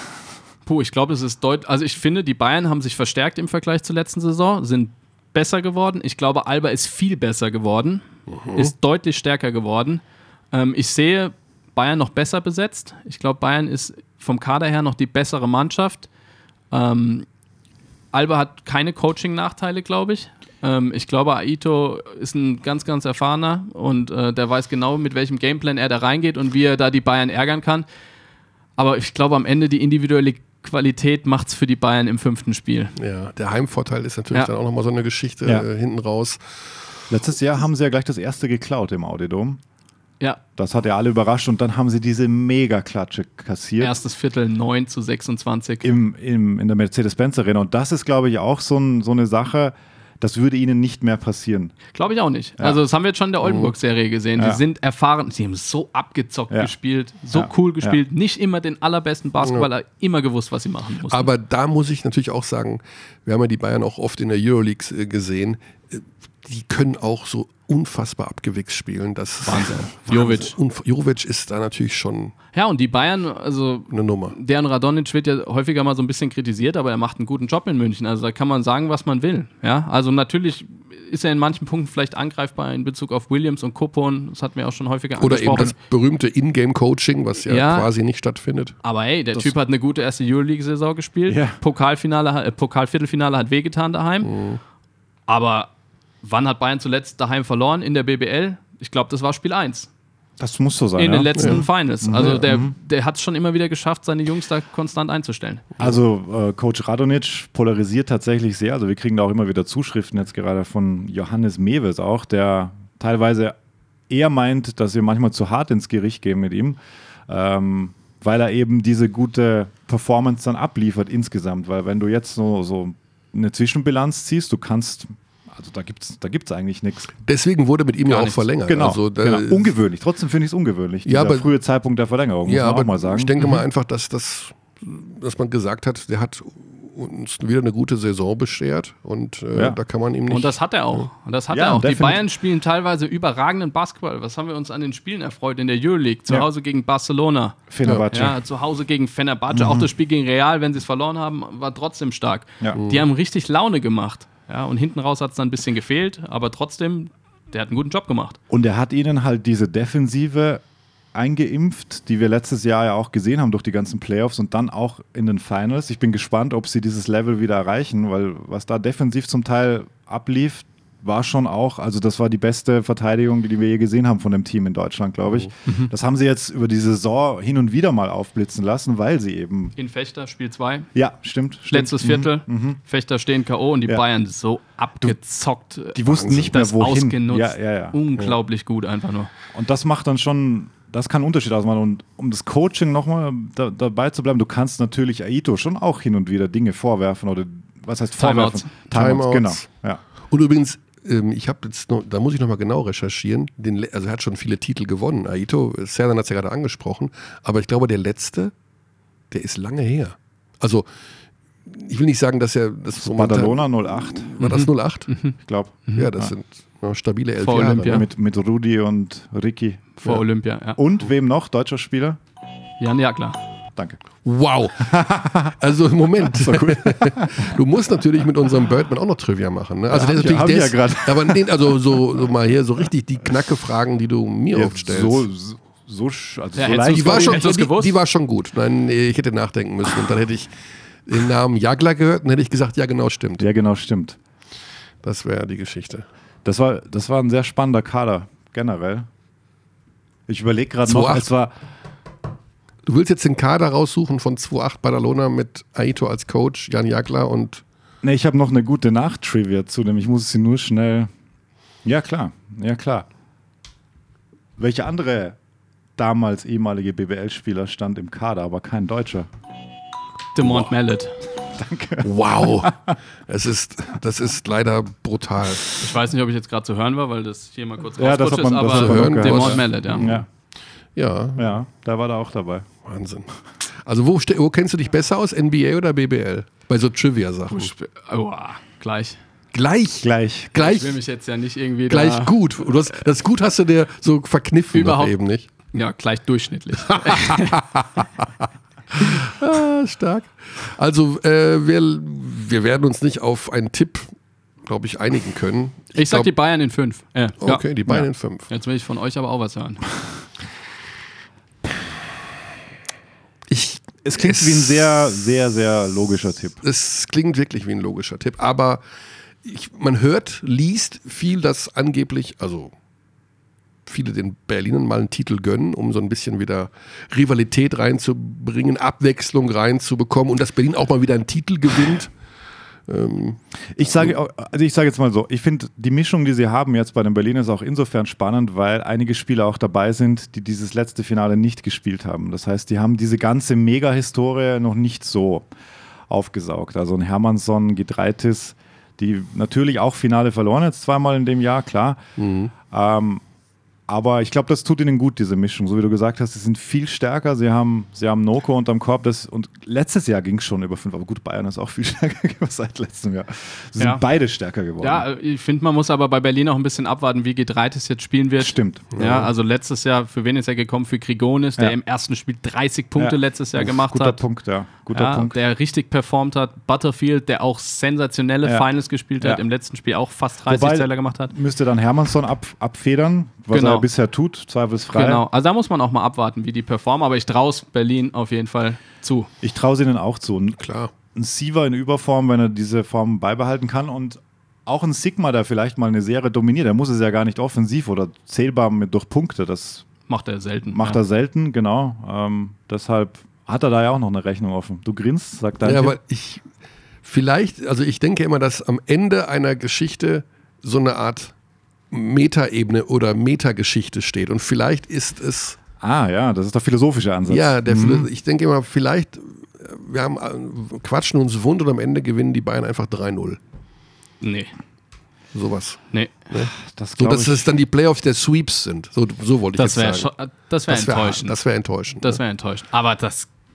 Puh, ich glaube, es ist deutlich. Also ich finde, die Bayern haben sich verstärkt im Vergleich zur letzten Saison, sind besser geworden. Ich glaube, Alba ist viel besser geworden, mhm. ist deutlich stärker geworden. Ähm, ich sehe Bayern noch besser besetzt. Ich glaube, Bayern ist vom Kader her noch die bessere Mannschaft. Ähm, Alba hat keine Coaching-Nachteile, glaube ich. Ähm, ich glaube, Aito ist ein ganz, ganz erfahrener und äh, der weiß genau, mit welchem Gameplan er da reingeht und wie er da die Bayern ärgern kann. Aber ich glaube, am Ende die individuelle Qualität macht es für die Bayern im fünften Spiel. Ja, der Heimvorteil ist natürlich ja. dann auch nochmal so eine Geschichte ja. äh, hinten raus. Letztes Jahr haben sie ja gleich das erste geklaut im Audi-Dom. Ja. Das hat ja alle überrascht und dann haben sie diese Mega-Klatsche kassiert. Erstes Viertel neun zu sechsundzwanzig. Im, im, in der Mercedes-Benz-Arena. Und das ist, glaube ich, auch so, ein, so eine Sache, das würde ihnen nicht mehr passieren. Glaube ich auch nicht. Ja. Also das haben wir jetzt schon in der Oldenburg-Serie gesehen. Ja. Die sind erfahren, sie haben so abgezockt ja. gespielt, so ja. cool gespielt, ja. nicht immer den allerbesten Basketballer, ja. immer gewusst, was sie machen mussten. Aber da muss ich natürlich auch sagen, wir haben ja die Bayern auch oft in der Euroleague äh, gesehen, äh, die können auch so unfassbar abgewichst spielen. Das Wahnsinn. Jovic. Und Jovic ist da natürlich schon ja, und die Bayern, also eine Nummer. Dejan Radonjic wird ja häufiger mal so ein bisschen kritisiert, aber er macht einen guten Job in München. Also da kann man sagen, was man will. Ja, also natürlich ist er in manchen Punkten vielleicht angreifbar in Bezug auf Williams und Kopon. Das hatten wir auch schon häufiger Oder angesprochen. eben das berühmte In-Game-Coaching, was ja, ja quasi nicht stattfindet. Aber hey, der das Typ hat eine gute erste Euroleague-Saison gespielt. Ja. Pokalfinale, äh, Pokalviertelfinale hat wehgetan daheim. Mhm. Aber wann hat Bayern zuletzt daheim verloren in der B B L? Ich glaube, das war Spiel eins. Das muss so sein. In ja. den letzten ja. Finals. Also der, der hat es schon immer wieder geschafft, seine Jungs da konstant einzustellen. Also äh, Coach Radonjic polarisiert tatsächlich sehr. Also wir kriegen da auch immer wieder Zuschriften, jetzt gerade von Johannes Mewes auch, der teilweise eher meint, dass wir manchmal zu hart ins Gericht gehen mit ihm, ähm, weil er eben diese gute Performance dann abliefert insgesamt. Weil wenn du jetzt so, so eine Zwischenbilanz ziehst, du kannst... Also da gibt es da gibt's eigentlich nichts. Deswegen wurde mit ihm Gar ja auch nichts. verlängert. Genau, also, da genau. Ungewöhnlich. Trotzdem finde ich es ungewöhnlich. Ja, dieser aber, frühe Zeitpunkt der Verlängerung, muss ja, man aber auch mal sagen. ich denke mhm. mal einfach, dass, das, dass man gesagt hat, der hat uns wieder eine gute Saison beschert und äh, Ja. da kann man ihm nicht... Und das hat er auch. Und das hat Ja, er auch. Die definitiv. Bayern spielen teilweise überragenden Basketball. Was haben wir uns an den Spielen erfreut in der Euroleague? Zu Ja. Hause gegen Barcelona. Fenerbahce. Ja, zu Hause gegen Fenerbahce. Auch das Spiel gegen Real, wenn sie es verloren haben, war trotzdem stark. Ja. Die haben richtig Laune gemacht. Ja, und hinten raus hat es dann ein bisschen gefehlt, aber trotzdem, der hat einen guten Job gemacht. Und er hat ihnen halt diese Defensive eingeimpft, die wir letztes Jahr ja auch gesehen haben durch die ganzen Playoffs und dann auch in den Finals. Ich bin gespannt, ob sie dieses Level wieder erreichen, weil was da defensiv zum Teil ablief, war schon auch, also das war die beste Verteidigung, die wir je gesehen haben von dem Team in Deutschland, glaube ich. Mhm. Das haben sie jetzt über die Saison hin und wieder mal aufblitzen lassen, weil sie eben, In Fechter, Spiel zwei, ja, stimmt. stimmt. letztes Viertel, Fechter stehen K O und die Ja. Bayern so abgezockt. Die wussten nicht mehr, das wohin. ausgenutzt. Ja, ja, ja. Unglaublich gut einfach nur. Und das macht dann schon, das kann einen Unterschied ausmachen. Und um das Coaching nochmal da, dabei zu bleiben, du kannst natürlich Aito schon auch hin und wieder Dinge vorwerfen oder was heißt Timeouts. vorwerfen? Timeouts, genau. Timeouts. Ja. Und übrigens, ähm, ich habe jetzt noch, da muss ich nochmal genau recherchieren, den, le- also er hat schon viele Titel gewonnen, Aito, Serdan hat es ja gerade angesprochen, aber ich glaube, der letzte, der ist lange her. Also, ich will nicht sagen, dass er, das so Badalona null acht, war das null acht? ich glaube. Ja, das sind ja, stabile elf Vor Jahre. Olympia. Ne? Mit, mit Rudi und Ricky. Vor Ja. Olympia, ja. Und wem noch? Deutscher Spieler? Jan Jagler. Danke. Wow. Also Moment. Du musst natürlich mit unserem Birdman auch noch Trivia machen. Ne? Also Ja, der hab ist ich- hab ich natürlich ja des, grad. aber nee, also so, so mal hier so richtig die knacke Fragen, die du mir Ja, oft stellst. so, so, so, sch- also Ja, so hättest leicht. die war schon, Hättest du's die, gewusst? die war schon gut. Nein, nee, ich hätte nachdenken müssen und dann hätte ich den Namen Jagler gehört und hätte ich gesagt, ja genau, stimmt. Ja, genau, stimmt. Das wäre die Geschichte. Das war, das war ein sehr spannender Kader, generell. Ich überlege gerade noch, zwei acht. es war, Du willst jetzt den Kader raussuchen von zwei acht Badalona mit Aito als Coach, Jan Jagler und ne, ich habe noch eine gute Nachtrivia zu dem, ich muss sie nur schnell, ja klar, ja klar. Welche andere damals ehemalige B W L-Spieler stand im Kader, aber kein Deutscher? Demont Mallet. wow. Es ist, das ist leider brutal. Ich weiß nicht, ob ich jetzt gerade zu hören war, weil das hier mal kurz Ja, das rausgerutscht hat man- ist, das aber hat man hören, noch Demont gehört. Mallet, ja. Ja, Ja, ja, da war er auch dabei. Wahnsinn. Also wo, ste- wo kennst du dich besser aus, N B A oder B B L? Bei so Trivia-Sachen. Oh, gleich. Gleich, Gleich. Ich gleich, will mich jetzt ja nicht irgendwie gleich da, gut. Du hast, das gut hast du dir so verkniffen Überhaupt- noch eben nicht. Ja, gleich durchschnittlich. Ah, stark. Also äh, wir, wir werden uns nicht auf einen Tipp, glaube ich, einigen können. Ich sag glaub- die Bayern in fünf. Äh, Okay, ja. die Bayern Ja. in fünf. Jetzt will ich von euch aber auch was hören. Ich, Es klingt Es- wie ein sehr, sehr, sehr logischer Tipp. es klingt wirklich wie ein logischer Tipp, aber ich, man hört, liest viel, dass angeblich, also viele den Berlinern mal einen Titel gönnen, um so ein bisschen wieder Rivalität reinzubringen, Abwechslung reinzubekommen und dass Berlin auch mal wieder einen Titel gewinnt. Ich sage, auch- also ich sage jetzt mal so, ich finde die Mischung, die sie haben jetzt bei den Berlinern, ist auch insofern spannend, weil einige Spieler auch dabei sind, die dieses letzte Finale nicht gespielt haben. Das heißt, die haben diese ganze Mega-Historie noch nicht so aufgesaugt. Also ein Hermannsson, Giedraitis, die natürlich auch Finale verloren jetzt zweimal in dem Jahr, klar. Ähm, aber ich glaube, das tut ihnen gut, diese Mischung. So wie du gesagt hast, sie sind viel stärker. Sie haben, sie haben Noko unterm Korb. Das, und letztes Jahr ging es schon über fünf. Aber gut, Bayern ist auch viel stärker geworden seit letztem Jahr. Sie Ja. sind beide stärker geworden. Ja, ich finde, man muss aber bei Berlin auch ein bisschen abwarten, wie Giedraitis jetzt spielen wird. Stimmt. Ja, also letztes Jahr, für wen ist er gekommen? Für Grigonis, der Ja. im ersten Spiel dreißig Punkte Ja. letztes Jahr Uff, gemacht guter hat. Punkt, ja. Guter Ja, Punkt. der richtig performt hat. Butterfield, der auch sensationelle Ja. Finals gespielt hat, Ja. im letzten Spiel auch fast dreißig Wobei- Zähler gemacht hat. Müsste dann Hermannsson ab, abfedern, was Genau. er bisher tut, zweifelsfrei. Genau, also da muss man auch mal abwarten, wie die performen, aber ich traue es Berlin auf jeden Fall zu. Ich traue sie ihnen auch zu. Ein, Klar. ein Siever in Überform, wenn er diese Form beibehalten kann und auch ein Sigma, der vielleicht mal eine Serie dominiert, der muss es ja gar nicht offensiv oder zählbar mit durch Punkte, das Macht er selten. macht ja. er selten, genau. Ähm, deshalb hat er da ja auch noch eine Rechnung offen. Du grinst, sagt dein Ja, Tipp. aber ich, vielleicht, also ich denke immer, dass am Ende einer Geschichte so eine Art Metaebene oder Metageschichte steht. Und vielleicht ist es, Ah ja, das ist der philosophische Ansatz. ja, der, Mhm. ich denke immer, vielleicht, äh, wir haben, äh, quatschen uns wund und am Ende gewinnen die Bayern einfach drei null. Nee, Sowas. nee. Das So, glaub dass ich- es dann die Playoffs der Sweeps sind. So, so wollte ich Das wäre jetzt sagen. das wär Das wäre enttäuschend. das wär enttäuschend. Das ne? wäre enttäuschend. Aber das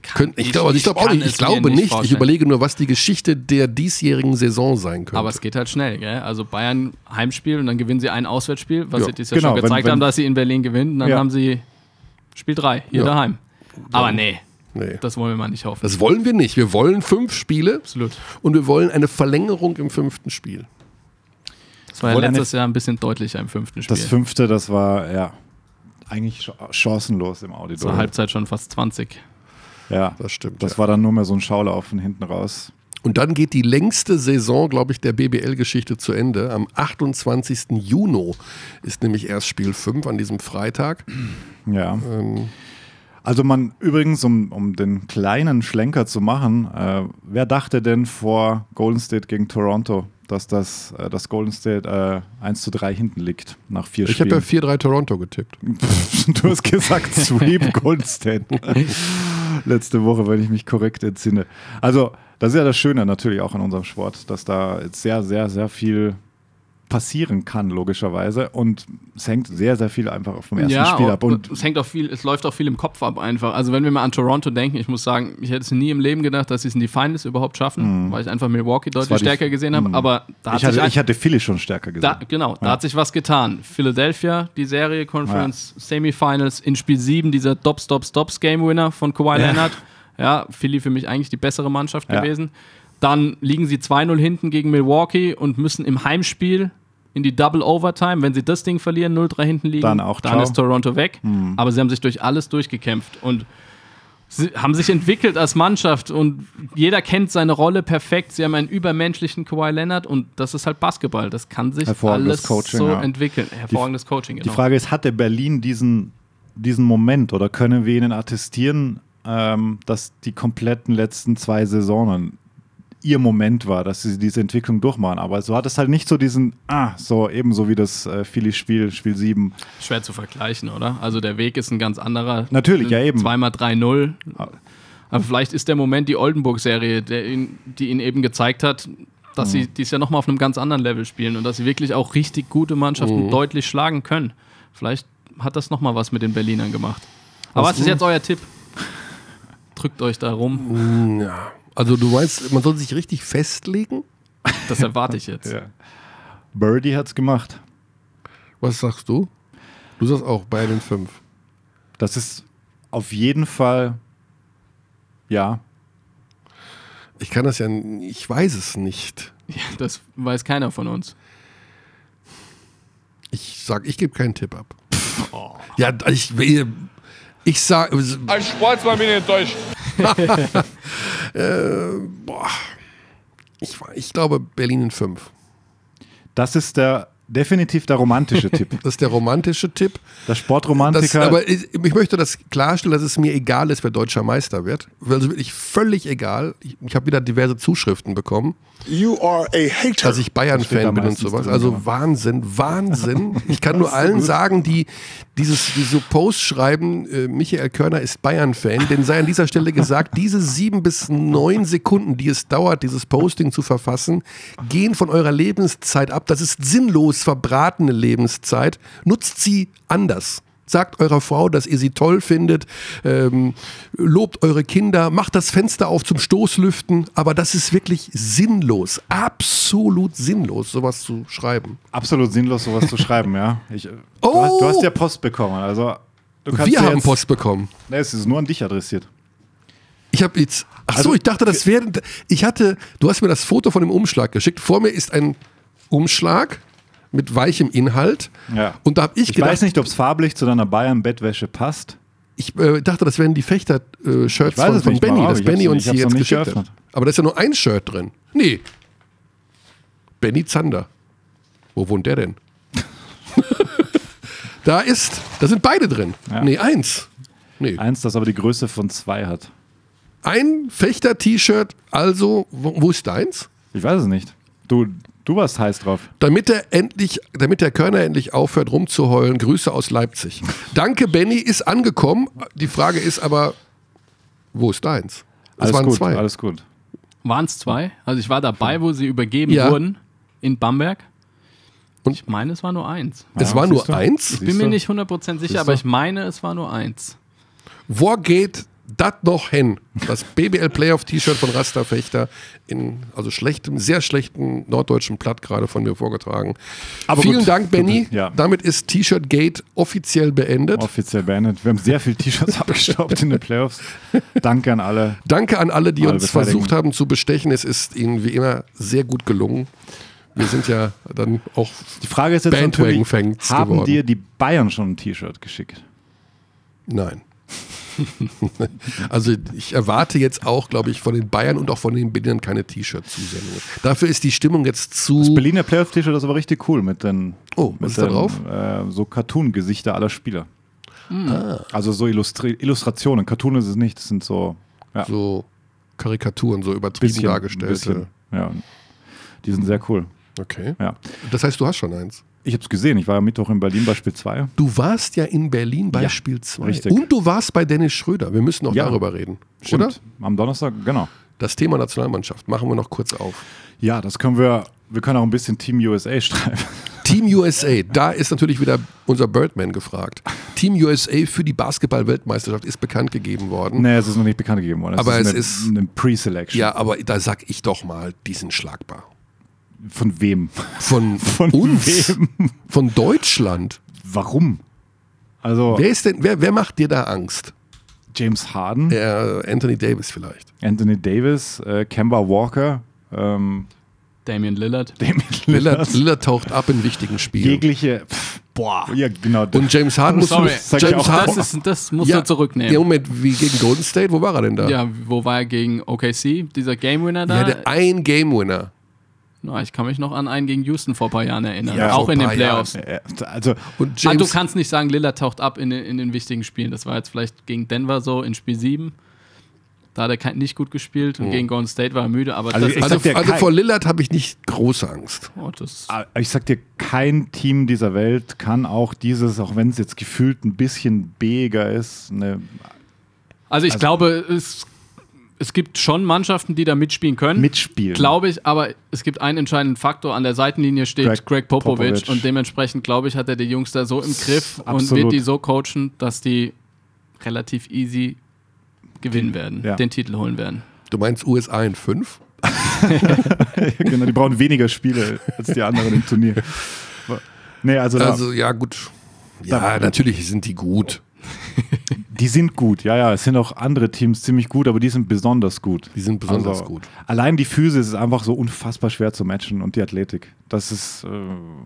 Könnt, ich glaube also ich glaub auch nicht. Ich glaube nicht. nicht. Ich überlege nur, was die Geschichte der diesjährigen Saison sein könnte. Aber es geht halt schnell, gell? Also Bayern Heimspiel und dann gewinnen sie ein Auswärtsspiel, was Ja. sie dieses Jahr Genau, schon gezeigt wenn- wenn- haben, dass sie in Berlin gewinnen. Und dann Ja. haben sie Spiel drei hier Ja. daheim. Aber nee, Nee. das wollen wir mal nicht hoffen. Das wollen wir nicht. Wir wollen fünf Spiele Absolut. und wir wollen eine Verlängerung im fünften Spiel. Das war ja Wollen letztes Jahr ein bisschen deutlicher im fünften Spiel. Das fünfte, das war ja eigentlich ch- chancenlos im Auditor. Zur Halbzeit schon fast zwanzig. Ja, Das stimmt. das ja. war dann nur mehr so ein Schaulaufen hinten raus. Und dann geht die längste Saison, glaube ich, der B B L-Geschichte zu Ende. Am achtundzwanzigsten Juni ist nämlich erst Spiel fünf an diesem Freitag. Ja. Ähm, Also man, übrigens, um, um den kleinen Schlenker zu machen, äh, wer dachte denn vor Golden State gegen Toronto, dass das äh, dass Golden State äh, eins zu drei hinten liegt nach vier ich habe Spielen? ja vier drei Toronto getippt. Du hast gesagt, Sweep Golden State. Letzte Woche, wenn ich mich korrekt entsinne. Also, das ist ja das Schöne natürlich auch in unserem Sport, dass da jetzt sehr, sehr, sehr viel passieren kann, logischerweise. Und es hängt sehr, sehr viel einfach vom ersten Ja, Spiel ab. Und es hängt auch viel, es läuft auch viel im Kopf ab einfach. Also wenn wir mal an Toronto denken, ich muss sagen, ich hätte es nie im Leben gedacht, dass sie es in die Finals überhaupt schaffen, weil ich einfach Milwaukee war deutlich die- stärker gesehen habe. Mhm. Aber da hat ich, hatte, sich ich hatte Philly schon stärker gesehen. Da, genau, da hat sich was getan. Philadelphia, die Serie, Conference, Semifinals, in Spiel sieben dieser Stop-Stop-Stops-Game-Winner von Kawhi Ja. Leonard. Ja, Philly für mich eigentlich die bessere Mannschaft Ja. gewesen. Dann liegen sie zwei null hinten gegen Milwaukee und müssen im Heimspiel in die Double Overtime. Wenn sie das Ding verlieren, null drei hinten liegen, Dann auch dann ciao. ist Toronto weg. Aber sie haben sich durch alles durchgekämpft und sie haben sich entwickelt als Mannschaft und jeder kennt seine Rolle perfekt. Sie haben einen übermenschlichen Kawhi Leonard und das ist halt Basketball. Das kann sich Hervorragendes alles Coaching, so ja. entwickeln. Hervorragendes Coaching, genau. Die Frage ist, hatte Berlin diesen, diesen Moment oder können wir ihnen attestieren, ähm, dass die kompletten letzten zwei Saisonen ihr Moment war, dass sie diese Entwicklung durchmachen. Aber so hat es halt nicht so diesen, ah, so ebenso wie das äh, Philly-Spiel, Spiel sieben. Schwer zu vergleichen, oder? Also der Weg ist ein ganz anderer. Natürlich, ja eben. Zweimal drei null. Aber vielleicht ist der Moment die Oldenburg-Serie, der ihn, die ihn eben gezeigt hat, dass sie dies ja nochmal auf einem ganz anderen Level spielen und dass sie wirklich auch richtig gute Mannschaften deutlich schlagen können. Vielleicht hat das nochmal was mit den Berlinern gemacht. Aber was ist jetzt euer Tipp? Drückt euch da rum. Ja. Also du meinst, man soll sich richtig festlegen? Das erwarte ich jetzt. Ja. Birdie hat's gemacht. Was sagst du? Du sagst auch Bayern in fünf. Das ist auf jeden Fall, ja, Ich kann das ja, n- ich weiß es nicht. Ja, das weiß keiner von uns. Ich sag, ich gebe keinen Tipp ab. Ja, ich will, ich sag, Als Sportsmann bin ich enttäuscht. boah, ich, ich glaube Berlin in fünf. das ist der definitiv der romantische Tipp. Das ist der romantische Tipp. Der Das, Sportromantiker. aber ich, ich möchte das klarstellen, dass es mir egal ist, wer deutscher Meister wird. Also wirklich völlig egal. Ich, ich habe wieder diverse Zuschriften bekommen, You are a hater. dass ich Bayern-Fan da bin und meistens sowas. drin, Also ja. Wahnsinn, Wahnsinn. Ich kann nur allen sagen, die dieses, die so Posts schreiben, äh, Michael Körner ist Bayern-Fan, denn sei an dieser Stelle gesagt, diese sieben bis neun Sekunden, die es dauert, dieses Posting zu verfassen, gehen von eurer Lebenszeit ab. Das ist sinnlos verbratene Lebenszeit. Nutzt sie anders. Sagt eurer Frau, dass ihr sie toll findet, ähm, lobt eure Kinder, macht das Fenster auf zum Stoßlüften, aber das ist wirklich sinnlos, absolut sinnlos, sowas zu schreiben. Absolut sinnlos, sowas zu schreiben, ja. Ich, Oh! du, hast, du hast ja Post bekommen, also du kannst Wir ja haben jetzt, Post bekommen. Nee, es ist nur an dich adressiert. Ich habe jetzt, ach so, Also- ich dachte, das wäre, ich hatte, du hast mir das Foto von dem Umschlag geschickt. Vor mir ist ein Umschlag mit weichem Inhalt. Ja. Und da habe ich, Ich gedacht, weiß nicht, ob es farblich zu deiner Bayern-Bettwäsche passt. ich äh, dachte, das wären die Fechter-Shirts Ich weiß von, es von nicht, Benny, warum? das Ich hab's Benny noch- uns ich hab's hier noch jetzt nicht geschickt hat. geöffnet. Aber da ist ja nur ein Shirt drin. Nee. Benny Zander. Wo wohnt der denn? Da ist, da sind beide drin. Ja. Nee, eins. Nee. Eins, das aber die Größe von zwei hat. Ein Fechter-T-Shirt, also, wo, wo ist deins? Ich weiß es nicht. Du, du warst heiß drauf. Damit er endlich, damit der Körner endlich aufhört rumzuheulen, Grüße aus Leipzig. Danke, Benny, ist angekommen. Die Frage ist aber, wo ist deins? Es Alles waren gut, zwei. alles gut. Waren es zwei? Also ich war dabei, wo sie übergeben Ja. wurden in Bamberg. Und- Ich meine, es war nur eins. Es Ja, war nur siehst du? eins. Ich bin mir nicht hundert Prozent sicher, Siehst aber du? ich meine, es war nur eins. Wo geht das noch hin. Das B B L Playoff T-Shirt von Rasterfechter in also schlechtem, sehr schlechten norddeutschen Platt gerade von mir vorgetragen. Aber Vielen gut, Dank, Benny. ja. Damit ist T-Shirt Gate offiziell beendet. Offiziell beendet. Wir haben sehr viele T-Shirts abgestaubt in den Playoffs. Danke an alle. Danke an alle, die Alle uns Beteiligten. versucht haben zu bestechen. Es ist ihnen wie immer sehr gut gelungen. Wir sind ja dann auch Die Frage ist jetzt natürlich, Bandwagon-Fans haben geworden. dir die Bayern schon ein T-Shirt geschickt? Nein. Also ich erwarte jetzt auch, glaube ich, von den Bayern und auch von den Berlinern keine T-Shirt-Zusendungen. Dafür ist die Stimmung jetzt Das zu... Berliner Playoff-T-Shirt ist aber richtig cool mit den, Oh, was mit ist da den drauf? äh, so Cartoon-Gesichter aller Spieler. Also so Illustri- Illustrationen. Cartoon ist es nicht, das sind so ja, So Karikaturen, so übertrieben bisschen, dargestellte. bisschen, ja. Die sind sehr cool. Okay. Ja. Das heißt, du hast schon eins. Ich habe es gesehen, ich war ja Mittwoch in Berlin bei Spiel zwei. Du warst ja in Berlin bei Ja, Spiel zwei. richtig. Und du warst bei Dennis Schröder. Wir müssen noch Ja. darüber reden. Stimmt. Oder? Am Donnerstag, genau. Das Thema Nationalmannschaft machen wir noch kurz auf. Ja, das können wir, wir können auch ein bisschen Team U S A streifen. Team U S A, da ist natürlich wieder unser Birdman gefragt. Team U S A für die Basketball-Weltmeisterschaft ist bekannt gegeben worden. Nee, es ist noch nicht bekannt gegeben worden. Aber es eine, ist- eine Pre-Selection. Ja, aber da sag ich doch mal, die sind schlagbar. Von wem? Von, Von uns, wem? von Deutschland. Warum? Also Wer ist denn, wer, wer macht dir da Angst? James Harden, Äh, Anthony Davis vielleicht. Anthony Davis, äh, Kemba Walker, ähm, Damian Lillard. Damian Lillard, Lillard, Lillard taucht ab in wichtigen Spielen. jegliche. Pff, Boah. ja, genau. Und James Harden muss... Sorry, sag ich James auch. Harden, Das, ist, das musst ja, du zurücknehmen. Ja, Moment, wie gegen Golden State? Wo war er denn da? Ja, wo war er gegen O K C? Dieser Game Winner da? Ja, der ein Game Winner. Na, ich kann mich noch an einen gegen Houston vor ein paar Jahren erinnern. Ja, auch vor in ein den paar Playoffs. Äh, Also, Und Ah, James, du kannst nicht sagen, Lillard taucht ab in den, in den wichtigen Spielen. Das war jetzt vielleicht gegen Denver so in Spiel sieben. Da hat er kein, nicht gut gespielt und gegen Golden State war er müde. Aber Also das ich ist also, sag dir, also kein- vor Lillard habe ich nicht große Angst. oh, das, ich sag dir, kein Team dieser Welt kann auch dieses, auch wenn es jetzt gefühlt ein bisschen bäiger ist, eine, also ich Also- glaube, es, es gibt schon Mannschaften, die da mitspielen können. mitspielen. Glaube ich, aber es gibt einen entscheidenden Faktor. An der Seitenlinie steht Greg Greg, Popovich, Popovich. und dementsprechend, glaube ich, hat er die Jungs da so im Griff und Absolut. wird die so coachen, dass die relativ easy gewinnen werden, Ja. den Titel holen werden. Du meinst U S A in fünf? Genau, die brauchen weniger Spiele als die anderen im Turnier. Nee, also, da, Also ja, gut. Ja, Da- natürlich sind die gut. die sind gut. Ja, ja, es sind auch andere Teams ziemlich gut, aber die sind besonders gut. Die sind besonders Also, gut. Allein die Physis ist einfach so unfassbar schwer zu matchen und die Athletik. Das ist, äh,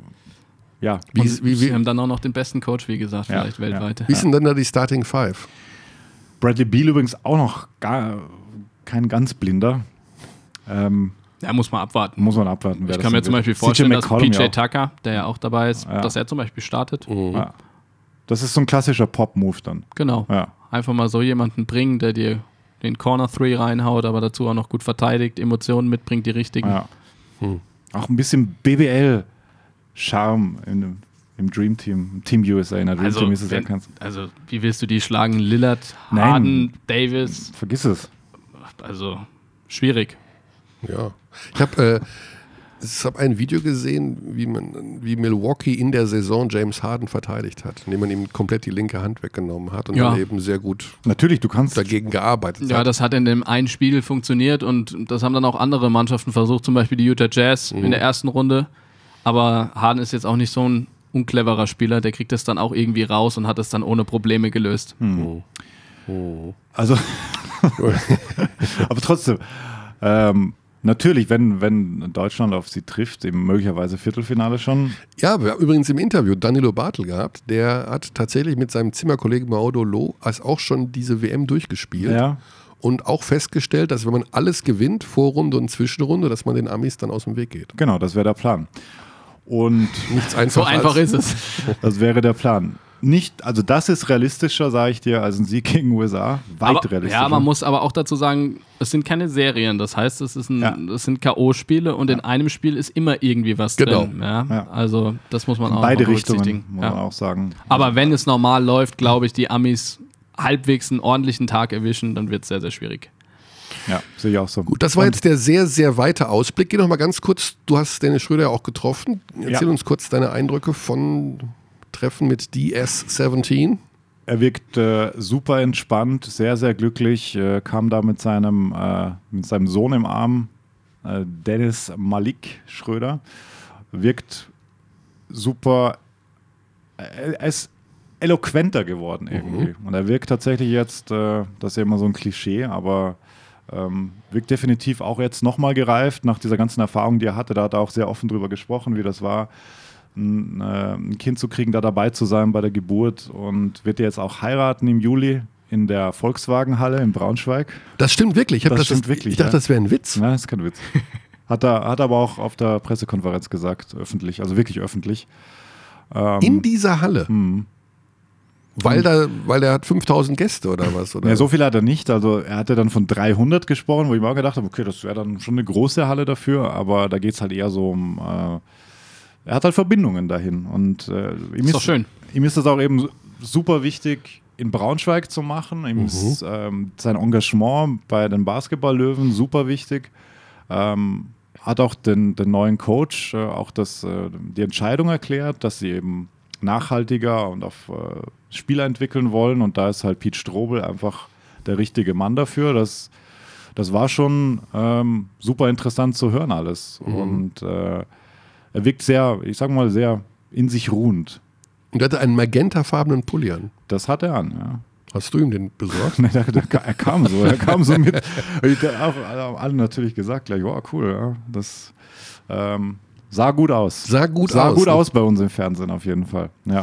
ja. Wie, Und wie, sie wie, haben dann auch noch den besten Coach, wie gesagt, Ja, vielleicht ja. weltweit. wie sind denn da die Starting Five? Bradley Beal übrigens auch noch gar kein ganz blinder. Ähm, Ja, muss man abwarten. muss man abwarten. wer Ich das kann mir dann zum wird. Beispiel C J vorstellen, dass McCollum P J ja auch. Tucker, der ja auch dabei ist, Ja. dass er zum Beispiel startet. Ja. Das ist so ein klassischer Pop-Move dann. Genau. Ja. Einfach mal so jemanden bringen, der dir den Corner Three reinhaut, aber dazu auch noch gut verteidigt, Emotionen mitbringt, die richtigen. Ja. Hm. Auch ein bisschen B B L-Charme im, im Dream Team, im Team U S A. In der Dream Also, Team ist es ja wenn, ganz. also, wie willst du die schlagen? Lillard, Nein. Harden, Davis, Vergiss es. also schwierig. Ja. Ich habe äh, ich hab ein Video gesehen, wie, man, wie Milwaukee in der Saison James Harden verteidigt hat, indem man ihm komplett die linke Hand weggenommen hat und Ja. dann eben sehr gut Natürlich, du kannst. dagegen gearbeitet Ja, hat. das hat in dem einen Spiel funktioniert und das haben dann auch andere Mannschaften versucht, zum Beispiel die Utah Jazz Mhm. in der ersten Runde. Aber Harden ist jetzt auch nicht so ein uncleverer Spieler, der kriegt das dann auch irgendwie raus und hat es dann ohne Probleme gelöst. Also, aber trotzdem, ähm, natürlich, wenn, wenn Deutschland auf sie trifft, eben möglicherweise Viertelfinale schon. Ja, wir haben übrigens im Interview Danilo Bartel gehabt, der hat tatsächlich mit seinem Zimmerkollegen Maodo Loh als auch schon diese W M durchgespielt Ja. und auch festgestellt, dass wenn man alles gewinnt, Vorrunde und Zwischenrunde, dass man den Amis dann aus dem Weg geht. Genau, das wäre der Plan. Und Nichts einfach So einfach als, ist es. das wäre der Plan. Nicht, also das ist realistischer, sage ich dir, als ein Sieg gegen U S A. Weit Aber, realistischer. ja, man muss aber auch dazu sagen, es sind keine Serien. Das heißt, es, ist ein, Ja. es sind K O-Spiele und in einem Spiel ist immer irgendwie was Genau. drin. Ja? Ja. Also das muss man In auch beide noch Richtungen, berücksichtigen. muss Ja. man auch sagen. Aber wenn es normal läuft, glaube ich, die Amis halbwegs einen ordentlichen Tag erwischen, dann wird es sehr, sehr schwierig. Ja, sehe ich auch so. Gut, das war jetzt der sehr, sehr weite Ausblick. Geh noch mal ganz kurz, du hast Dennis Schröder ja auch getroffen. Erzähl Ja. uns kurz deine Eindrücke von Treffen mit D S siebzehn. er wirkt äh, super entspannt, sehr, sehr glücklich, äh, kam da mit seinem, äh, mit seinem Sohn im Arm, äh, Dennis Malik Schröder, wirkt super, äh, er ist eloquenter geworden irgendwie. Mhm. Und er wirkt tatsächlich jetzt, äh, das ist ja immer so ein Klischee, aber ähm, wirkt definitiv auch jetzt nochmal gereift nach dieser ganzen Erfahrung, die er hatte. Da hat er auch sehr offen drüber gesprochen, wie das war, ein, äh, ein Kind zu kriegen, da dabei zu sein bei der Geburt, und wird jetzt auch heiraten im Juli in der Volkswagenhalle in Braunschweig. Das stimmt wirklich. Ich, hab das das stimmt ist, wirklich, ich dachte, ja. das wäre ein Witz. Nein, das ist kein Witz. Hat er hat aber auch auf der Pressekonferenz gesagt, öffentlich, also wirklich öffentlich. Ähm, in dieser Halle? Mh. Weil, da, weil der hat fünftausend Gäste oder was? Oder? Ja, so viel hat er nicht. Also er hatte dann von dreihundert gesprochen, wo ich mir auch gedacht habe, okay, das wäre dann schon eine große Halle dafür, aber da geht es halt eher so um, äh, er hat halt Verbindungen dahin. Und äh, ihm, ist ist, doch schön. ihm ist das auch eben super wichtig, in Braunschweig zu machen. Ihm Mhm. ist ähm, sein Engagement bei den Basketball-Löwen super wichtig. Ähm, hat auch den, den neuen Coach äh, auch das, äh, die Entscheidung erklärt, dass sie eben nachhaltiger und auf äh, Spieler entwickeln wollen, und da ist halt Pete Strobel einfach der richtige Mann dafür. Das, das war schon ähm, super interessant zu hören alles. Mhm. Und äh, er wirkt sehr, ich sag mal, sehr in sich ruhend. Und er hatte einen magentafarbenen Pulli an. Das hat er an, ja. Hast du ihm den besorgt? Nee, der, der, er kam so, er kam so mit. Der, auch, haben alle natürlich gesagt gleich, wow, cool, ja. Das ähm, sah gut aus. Sah gut sah aus. gut ne? aus bei uns im Fernsehen auf jeden Fall, ja.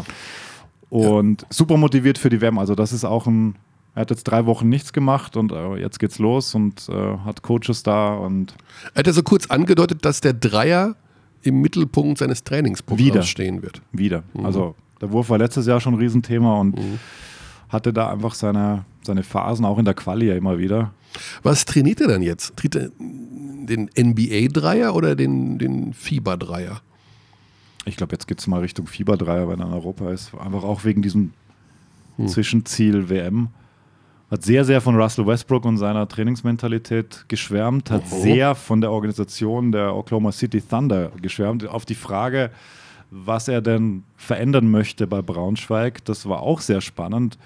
Und ja. super motiviert für die W M. Also das ist auch ein, er hat jetzt drei Wochen nichts gemacht und äh, jetzt geht's los und äh, hat Coaches da. Und er hat ja so kurz angedeutet, dass der Dreier im Mittelpunkt seines Trainingsprogramms wieder stehen wird. Wieder. Mhm. Also der Wurf war letztes Jahr schon ein Riesenthema und mhm. hatte da einfach seine, seine Phasen, auch in der Quali ja immer wieder. Was trainiert er dann jetzt? Trainiert er den N B A-Dreier oder den, den FIBA-Dreier? Ich glaube, jetzt geht es mal Richtung FIBA-Dreier, wenn er in Europa ist. Einfach auch wegen diesem hm. Zwischenziel W M. Hat sehr, sehr von Russell Westbrook und seiner Trainingsmentalität geschwärmt. Hat Oho. sehr von der Organisation der Oklahoma City Thunder geschwärmt. Auf die Frage, was er denn verändern möchte bei Braunschweig, das war auch sehr spannend,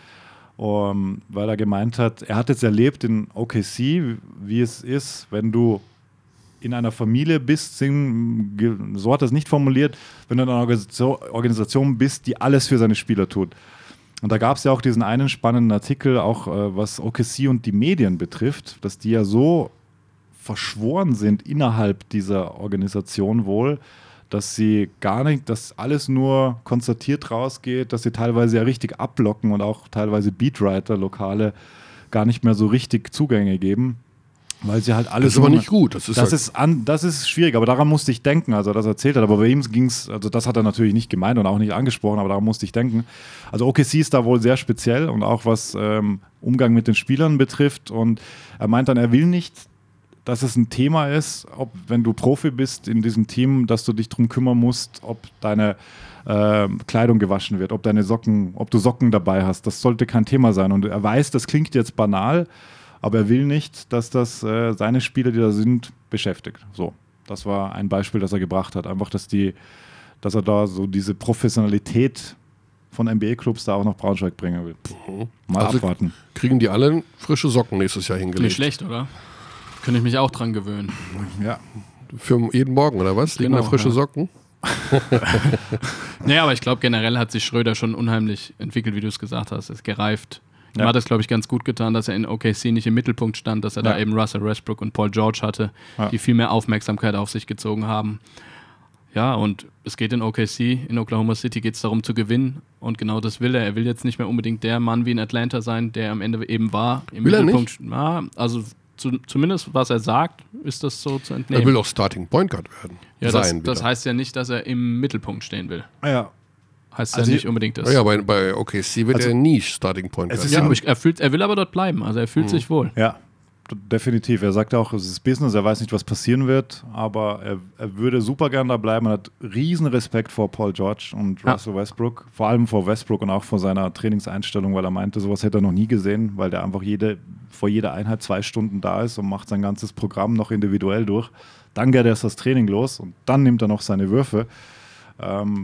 um, weil er gemeint hat, er hat jetzt erlebt in O K C, wie es ist, wenn du in einer Familie bist, so hat er es nicht formuliert, wenn du in einer Organisation bist, die alles für seine Spieler tut. Und da gab es ja auch diesen einen spannenden Artikel, auch äh, was O K C und die Medien betrifft, dass die ja so verschworen sind innerhalb dieser Organisation wohl, dass sie gar nicht, dass alles nur konstatiert rausgeht, dass sie teilweise ja richtig abblocken und auch teilweise Beatwriter, Lokale, gar nicht mehr so richtig Zugänge geben. Weil sie halt alles. Das ist aber nicht gut. Das ist, das, halt ist an, das ist schwierig, aber daran musste ich denken, also das erzählt hat. Aber bei ihm ging es, also das hat er natürlich nicht gemeint und auch nicht angesprochen, aber daran musste ich denken. Also O K C ist da wohl sehr speziell und auch was ähm, Umgang mit den Spielern betrifft. Und er meint dann, er will nicht, dass es ein Thema ist, ob, wenn du Profi bist in diesem Team, dass du dich darum kümmern musst, ob deine äh, Kleidung gewaschen wird, ob deine Socken, ob du Socken dabei hast. Das sollte kein Thema sein. Und er weiß, das klingt jetzt banal, aber er will nicht, dass das äh, seine Spieler, die da sind, beschäftigt. So, das war ein Beispiel, das er gebracht hat. Einfach, dass die, dass er da so diese Professionalität von N B A-Clubs da auch nach Braunschweig bringen will. Mhm. Mal also abwarten. Kriegen die alle frische Socken nächstes Jahr hingelegt? Nicht schlecht, oder? Könnte ich mich auch dran gewöhnen. Ja. Für jeden Morgen, oder was? Liegen Genau, da frische ja. Socken? Naja, aber ich glaube, generell hat sich Schröder schon unheimlich entwickelt, wie du es gesagt hast. Er ist gereift. Ihm Ja. hat es, glaube ich, ganz gut getan, dass er in O K C nicht im Mittelpunkt stand, dass er Ja. da eben Russell Westbrook und Paul George hatte, Ja. die viel mehr Aufmerksamkeit auf sich gezogen haben. Ja, und es geht in O K C, in Oklahoma City geht es darum zu gewinnen und genau das will er. Er will jetzt nicht mehr unbedingt der Mann wie in Atlanta sein, der am Ende eben war. Im Will er Mittelpunkt. Ja, also zu, zumindest was er sagt, ist das so zu entnehmen. Er will auch Starting Point Guard werden. ja, das, sein das wieder. heißt ja nicht, dass er im Mittelpunkt stehen will. Ja. Heißt Also ja nicht unbedingt das. Ja, ja, bei, bei O K C wird Also- er nie Starting Point Es Guard ist Ja, sein. aber ich, er, fühlt, er will aber dort bleiben, also er fühlt sich wohl. Ja, d- definitiv. Er sagt auch, es ist Business, er weiß nicht, was passieren wird, aber er, er würde super gern da bleiben. Er hat riesen Respekt vor Paul George und Ja. Russell Westbrook, vor allem vor Westbrook und auch vor seiner Trainingseinstellung, weil er meinte, sowas hätte er noch nie gesehen, weil der einfach jede, vor jeder Einheit zwei Stunden da ist und macht sein ganzes Programm noch individuell durch. Dann geht erst das Training los und dann nimmt er noch seine Würfe. Ähm,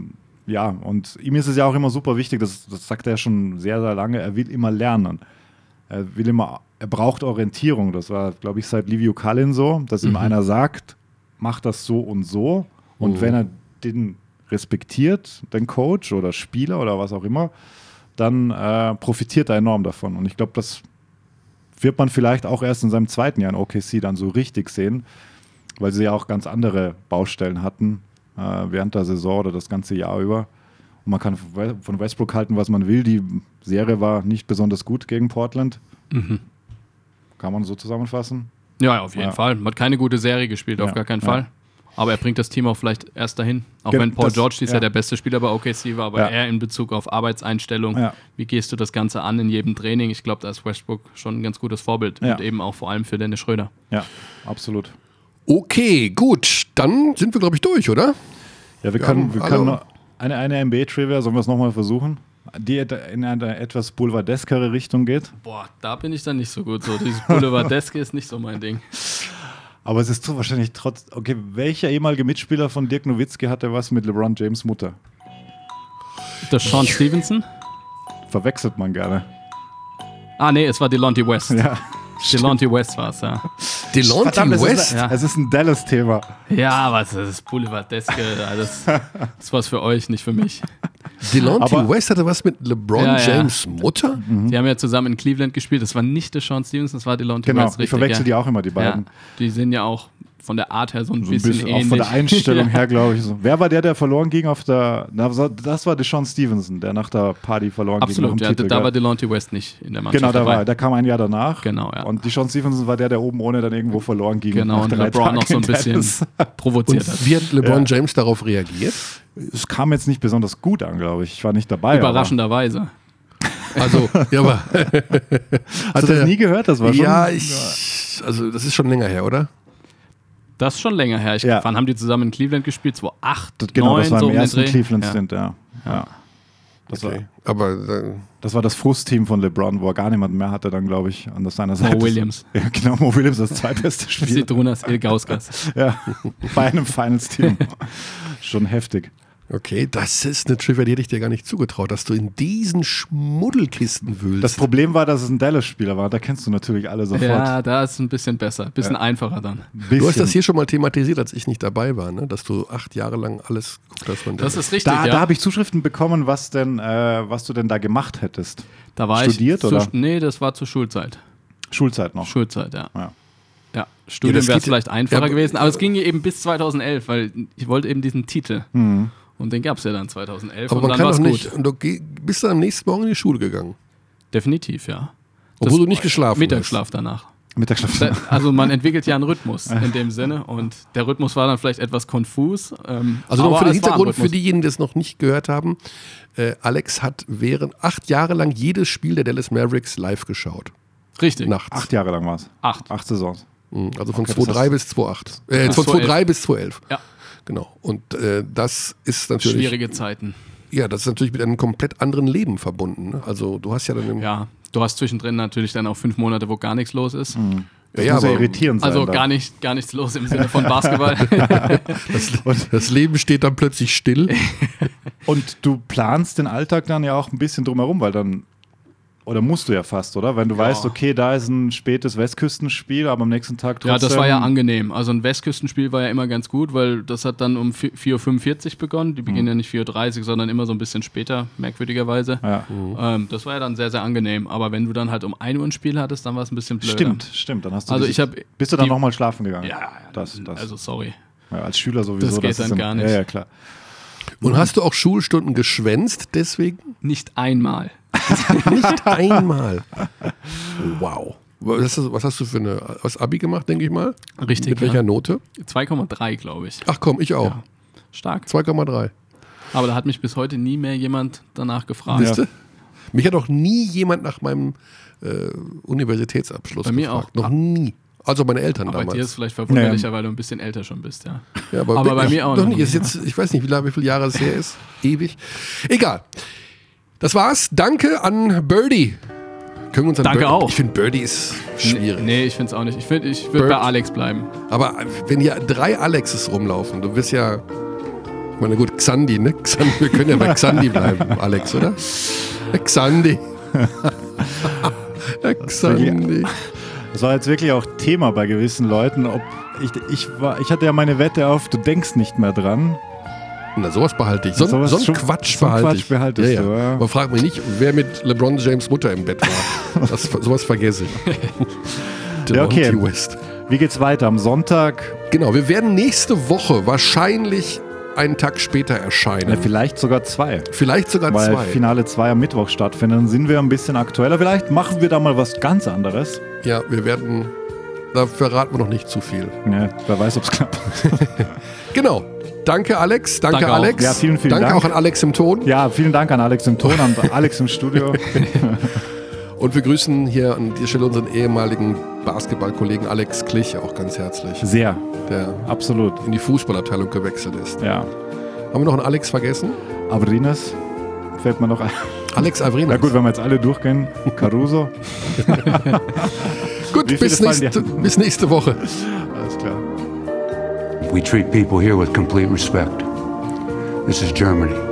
ja, und ihm ist es ja auch immer super wichtig, das, das sagt er ja schon sehr, sehr lange, er will immer lernen. Er will immer, er braucht Orientierung. Das war, glaube ich, seit Liviu Kalin so, dass ihm Mhm. einer sagt, mach das so und so. Und Mhm. wenn er den respektiert, den Coach oder Spieler oder was auch immer, dann äh, profitiert er enorm davon. Und ich glaube, das wird man vielleicht auch erst in seinem zweiten Jahr in O K C dann so richtig sehen, weil sie ja auch ganz andere Baustellen hatten äh, während der Saison oder das ganze Jahr über. Und man kann von Westbrook halten, was man will. Die Serie war nicht besonders gut gegen Portland. Mhm. Kann man so zusammenfassen? Ja, auf jeden Ja. Fall. Hat keine gute Serie gespielt, auf Ja, gar keinen ja. Fall. Aber er bringt das Team auch vielleicht erst dahin. Auch Ge- wenn Paul das- George dies ja. Jahr der beste Spieler bei O K C war, aber Ja. er in Bezug auf Arbeitseinstellung, Ja. wie gehst du das Ganze an in jedem Training? Ich glaube, da ist Westbrook schon ein ganz gutes Vorbild. Ja. Und eben auch vor allem für Dennis Schröder. Ja, absolut. Okay, gut. Dann sind wir, glaube ich, durch, oder? Ja, wir Ja, können, wir also- können noch eine, eine N B A-Trivia, sollen wir es nochmal versuchen? Die in eine etwas boulevardeskere Richtung geht. Boah, da bin ich dann nicht so gut. So, dieses Boulevardeske ist nicht so mein Ding. Aber es ist so wahrscheinlich trotz. Okay, welcher ehemalige Mitspieler von Dirk Nowitzki hatte was mit LeBron James Mutter? Das Sean Stevenson? Verwechselt man gerne. Ah, nee, es war Delonte West. Ja. Delonte West war es, ja. Delonte Verdammt, es West? ist, Ja. es ist ein Dallas-Thema. Ja, was das ist Boulevardeske. Das, das ist was für euch, nicht für mich. Delonte Aber- West hatte was mit LeBron Ja, ja. James Mutter? Die haben ja zusammen in Cleveland gespielt. Das war nicht der Sean Stevenson, das war Delonte Genau, West. ich Richtig, verwechsel ja. die auch immer, die Ja, beiden. die sind ja auch von der Art her so ein So ein bisschen, bisschen, auch ähnlich. von der Einstellung Ja. her, glaube ich. So. Wer war der, der verloren ging auf der. Na, das war der Sean Stevenson, der nach der Party verloren ging. Absolut, nach ja, dem Titel, da gell? war Delonte West nicht in der Mannschaft Genau, da dabei. war, der kam ein Jahr danach. Genau, ja. Und die Sean Stevenson war der, der oben ohne dann irgendwo verloren ging. Genau, nach und drei LeBron noch so ein Tagen in bisschen Dallas. provoziert hat. Und wie hat LeBron James darauf reagiert? Es kam jetzt nicht besonders gut an, glaube ich. Ich war nicht dabei. Überraschenderweise. Also, ja, aber. Aber, hast du das nie gehört? Das war schon. Ja, ich. Also, das ist schon länger her, oder? Das ist schon länger her. Ich, Ja. Wann haben die zusammen in Cleveland gespielt? zweitausendacht, Das, genau, das neun, war so im um den ersten Dreh? Cleveland-Stint, ja. ja. Das, Okay. war, Aber. Äh, das war das Frustteam von LeBron, wo er gar niemanden mehr hatte, dann, glaube ich, an seiner Seite. Williams. Ja, genau, Mo Williams, das zweitbeste Spiel. Zitrunas Ilgauskas. Ja, bei einem Finals-Team. Schon heftig. okay, das ist eine Trivia, die hätte ich dir gar nicht zugetraut, dass du in diesen Schmuddelkisten wühlst. Das Problem war, dass es ein Dallas-Spieler war. Da kennst du natürlich alle sofort. Ja, da ist es ein bisschen besser. Ein bisschen einfacher dann. Bisschen. Du hast das hier schon mal thematisiert, als ich nicht dabei war, ne? Dass du acht Jahre lang alles geguckt hast von Das ist richtig, Da, ja. da habe ich Zuschriften bekommen, was denn, äh, was du denn da gemacht hättest. Da war Studiert, ich oder? Zu, nee, das war zur Schulzeit. Schulzeit noch. Schulzeit, ja. Ja. Ja, Studium das wäre geht- vielleicht einfacher ja, gewesen, aber es ging eben bis zweitausendelf, weil ich wollte eben diesen Titel. Mhm. Und den gab es ja dann zweitausendelf Aber und man dann war kann es doch gut. nicht. Und du geh- bist dann am nächsten Morgen in die Schule gegangen. Definitiv, ja. Obwohl du nicht geschlafen Mittagsschlaf danach. Mittagsschlaf. Da- Also man entwickelt ja einen Rhythmus in dem Sinne und der Rhythmus war dann vielleicht etwas konfus. Ähm, Also aber noch für den es war ein Hintergrund, für Rhythmus. diejenigen, die es noch nicht gehört haben, äh, Alex hat während acht Jahre lang jedes Spiel der Dallas Mavericks live geschaut. Richtig, Nachts. Acht Jahre lang war es. acht. Acht Saisons. Mhm. Also von Okay, das zweitausenddrei heißt- bis zweitausendacht. Äh, Bis von zweitausendelf. zweitausenddrei bis zweitausendelf. Ja, Genau. Und äh, das ist natürlich. schwierige Zeiten. Ja, das ist natürlich mit einem komplett anderen Leben verbunden. Ne? Also du hast ja dann im, Ja, du hast zwischendrin natürlich dann auch fünf Monate, wo gar nichts los ist. Das Ja, muss ja aber- irritierend sein. Also da. gar, nicht, gar nichts los im Sinne von Basketball. das, das Leben steht dann plötzlich still. Und du planst den Alltag dann ja auch ein bisschen drumherum, weil dann, oder musst du ja fast, oder? Wenn du Ja. weißt, okay, da ist ein spätes Westküstenspiel, aber am nächsten Tag trotzdem. Ja, das war ja angenehm. Also ein Westküstenspiel war ja immer ganz gut, weil das hat dann um vier Uhr fünfundvierzig begonnen. Die beginnen ja nicht vier Uhr dreißig, sondern immer so ein bisschen später, merkwürdigerweise. Ja. Ähm, das war ja dann sehr, sehr angenehm. Aber wenn du dann halt um ein Uhr ein Spiel hattest, dann war es ein bisschen blöder. Stimmt, stimmt. Dann hast du Also diese- ich hab Bist du dann die- nochmal schlafen gegangen? Ja, das, das. also sorry. ja, als Schüler sowieso. Das geht ist dann im- gar nicht. Ja, ja, klar. Und hast du auch Schulstunden geschwänzt deswegen? Nicht einmal. Nicht einmal. Wow. Was hast, du, was hast du für eine was Abi gemacht, denke ich mal? Richtig. Mit welcher ja. Note? zwei Komma drei, glaube ich. Ach komm, ich auch. Ja. Stark. zwei Komma drei. Aber da hat mich bis heute nie mehr jemand danach gefragt. Siehst du? Mich hat auch nie jemand nach meinem äh, Universitätsabschluss Bei mir gefragt. auch. Noch nie. Also meine Eltern Aber bei dir ist damals. es vielleicht verwunderlicher, Nee. weil du ein bisschen älter schon bist, ja. Ja, aber bin bei ich mir auch noch noch nicht. Ist nie. jetzt, ich weiß nicht, wie, lange, wie viele Jahre es her ist. Ewig. Egal. Das war's. Danke an Birdie. Können wir uns an Danke Birdie, auch. Ich finde, Birdie ist schwierig. Nee, ich finde es auch nicht. Ich, find, ich würde Bird. bei Alex bleiben. Aber wenn hier drei Alexes rumlaufen, du wirst ja Ich meine, gut, Xandi, ne? Xandi, wir können ja bei Xandi bleiben, Alex, oder? Xandi. Xandi. Das war jetzt wirklich auch Thema bei gewissen Leuten. Ob ich, ich, war, ich hatte ja meine Wette auf, du denkst nicht mehr dran. Na, sowas behalte ich. So, Sowas so einen schon- Quatsch so einen behalte Quatsch ich. behaltest ja, du, ja. ja. Aber frag mich nicht, wer mit LeBron James Mutter im Bett war. Das, sowas vergesse ich. Ja, okay. Devontae West. Wie geht's weiter? Am Sonntag, Genau, wir werden nächste Woche wahrscheinlich einen Tag später erscheinen. ja, vielleicht sogar zwei. Vielleicht sogar Weil zwei. Finale zwei am Mittwoch stattfindet. Dann sind wir ein bisschen aktueller. Vielleicht machen wir da mal was ganz anderes. Ja, wir werden, da verraten wir noch nicht zu viel. Ja, wer weiß, ob es klappt. Genau. Danke, Alex. Danke, Danke auch. Alex. Ja, vielen, vielen Danke Dank. auch an Alex im Ton. Ja, vielen Dank an Alex im Ton, an Alex im Studio. Und wir grüßen hier an dieser Stelle unseren ehemaligen Basketballkollegen Alex Klich auch ganz herzlich, Sehr, der absolut. in die Fußballabteilung gewechselt ist. Ja. Haben wir noch einen Alex vergessen? Abrinas fällt mir noch ein. Alex Avrinas. Na gut, wenn wir jetzt alle durchgehen. Caruso. Gut, Wie viele bis fallen nächste, dir? bis nächste Woche. Alles klar. We treat people here with complete respect. This is Germany.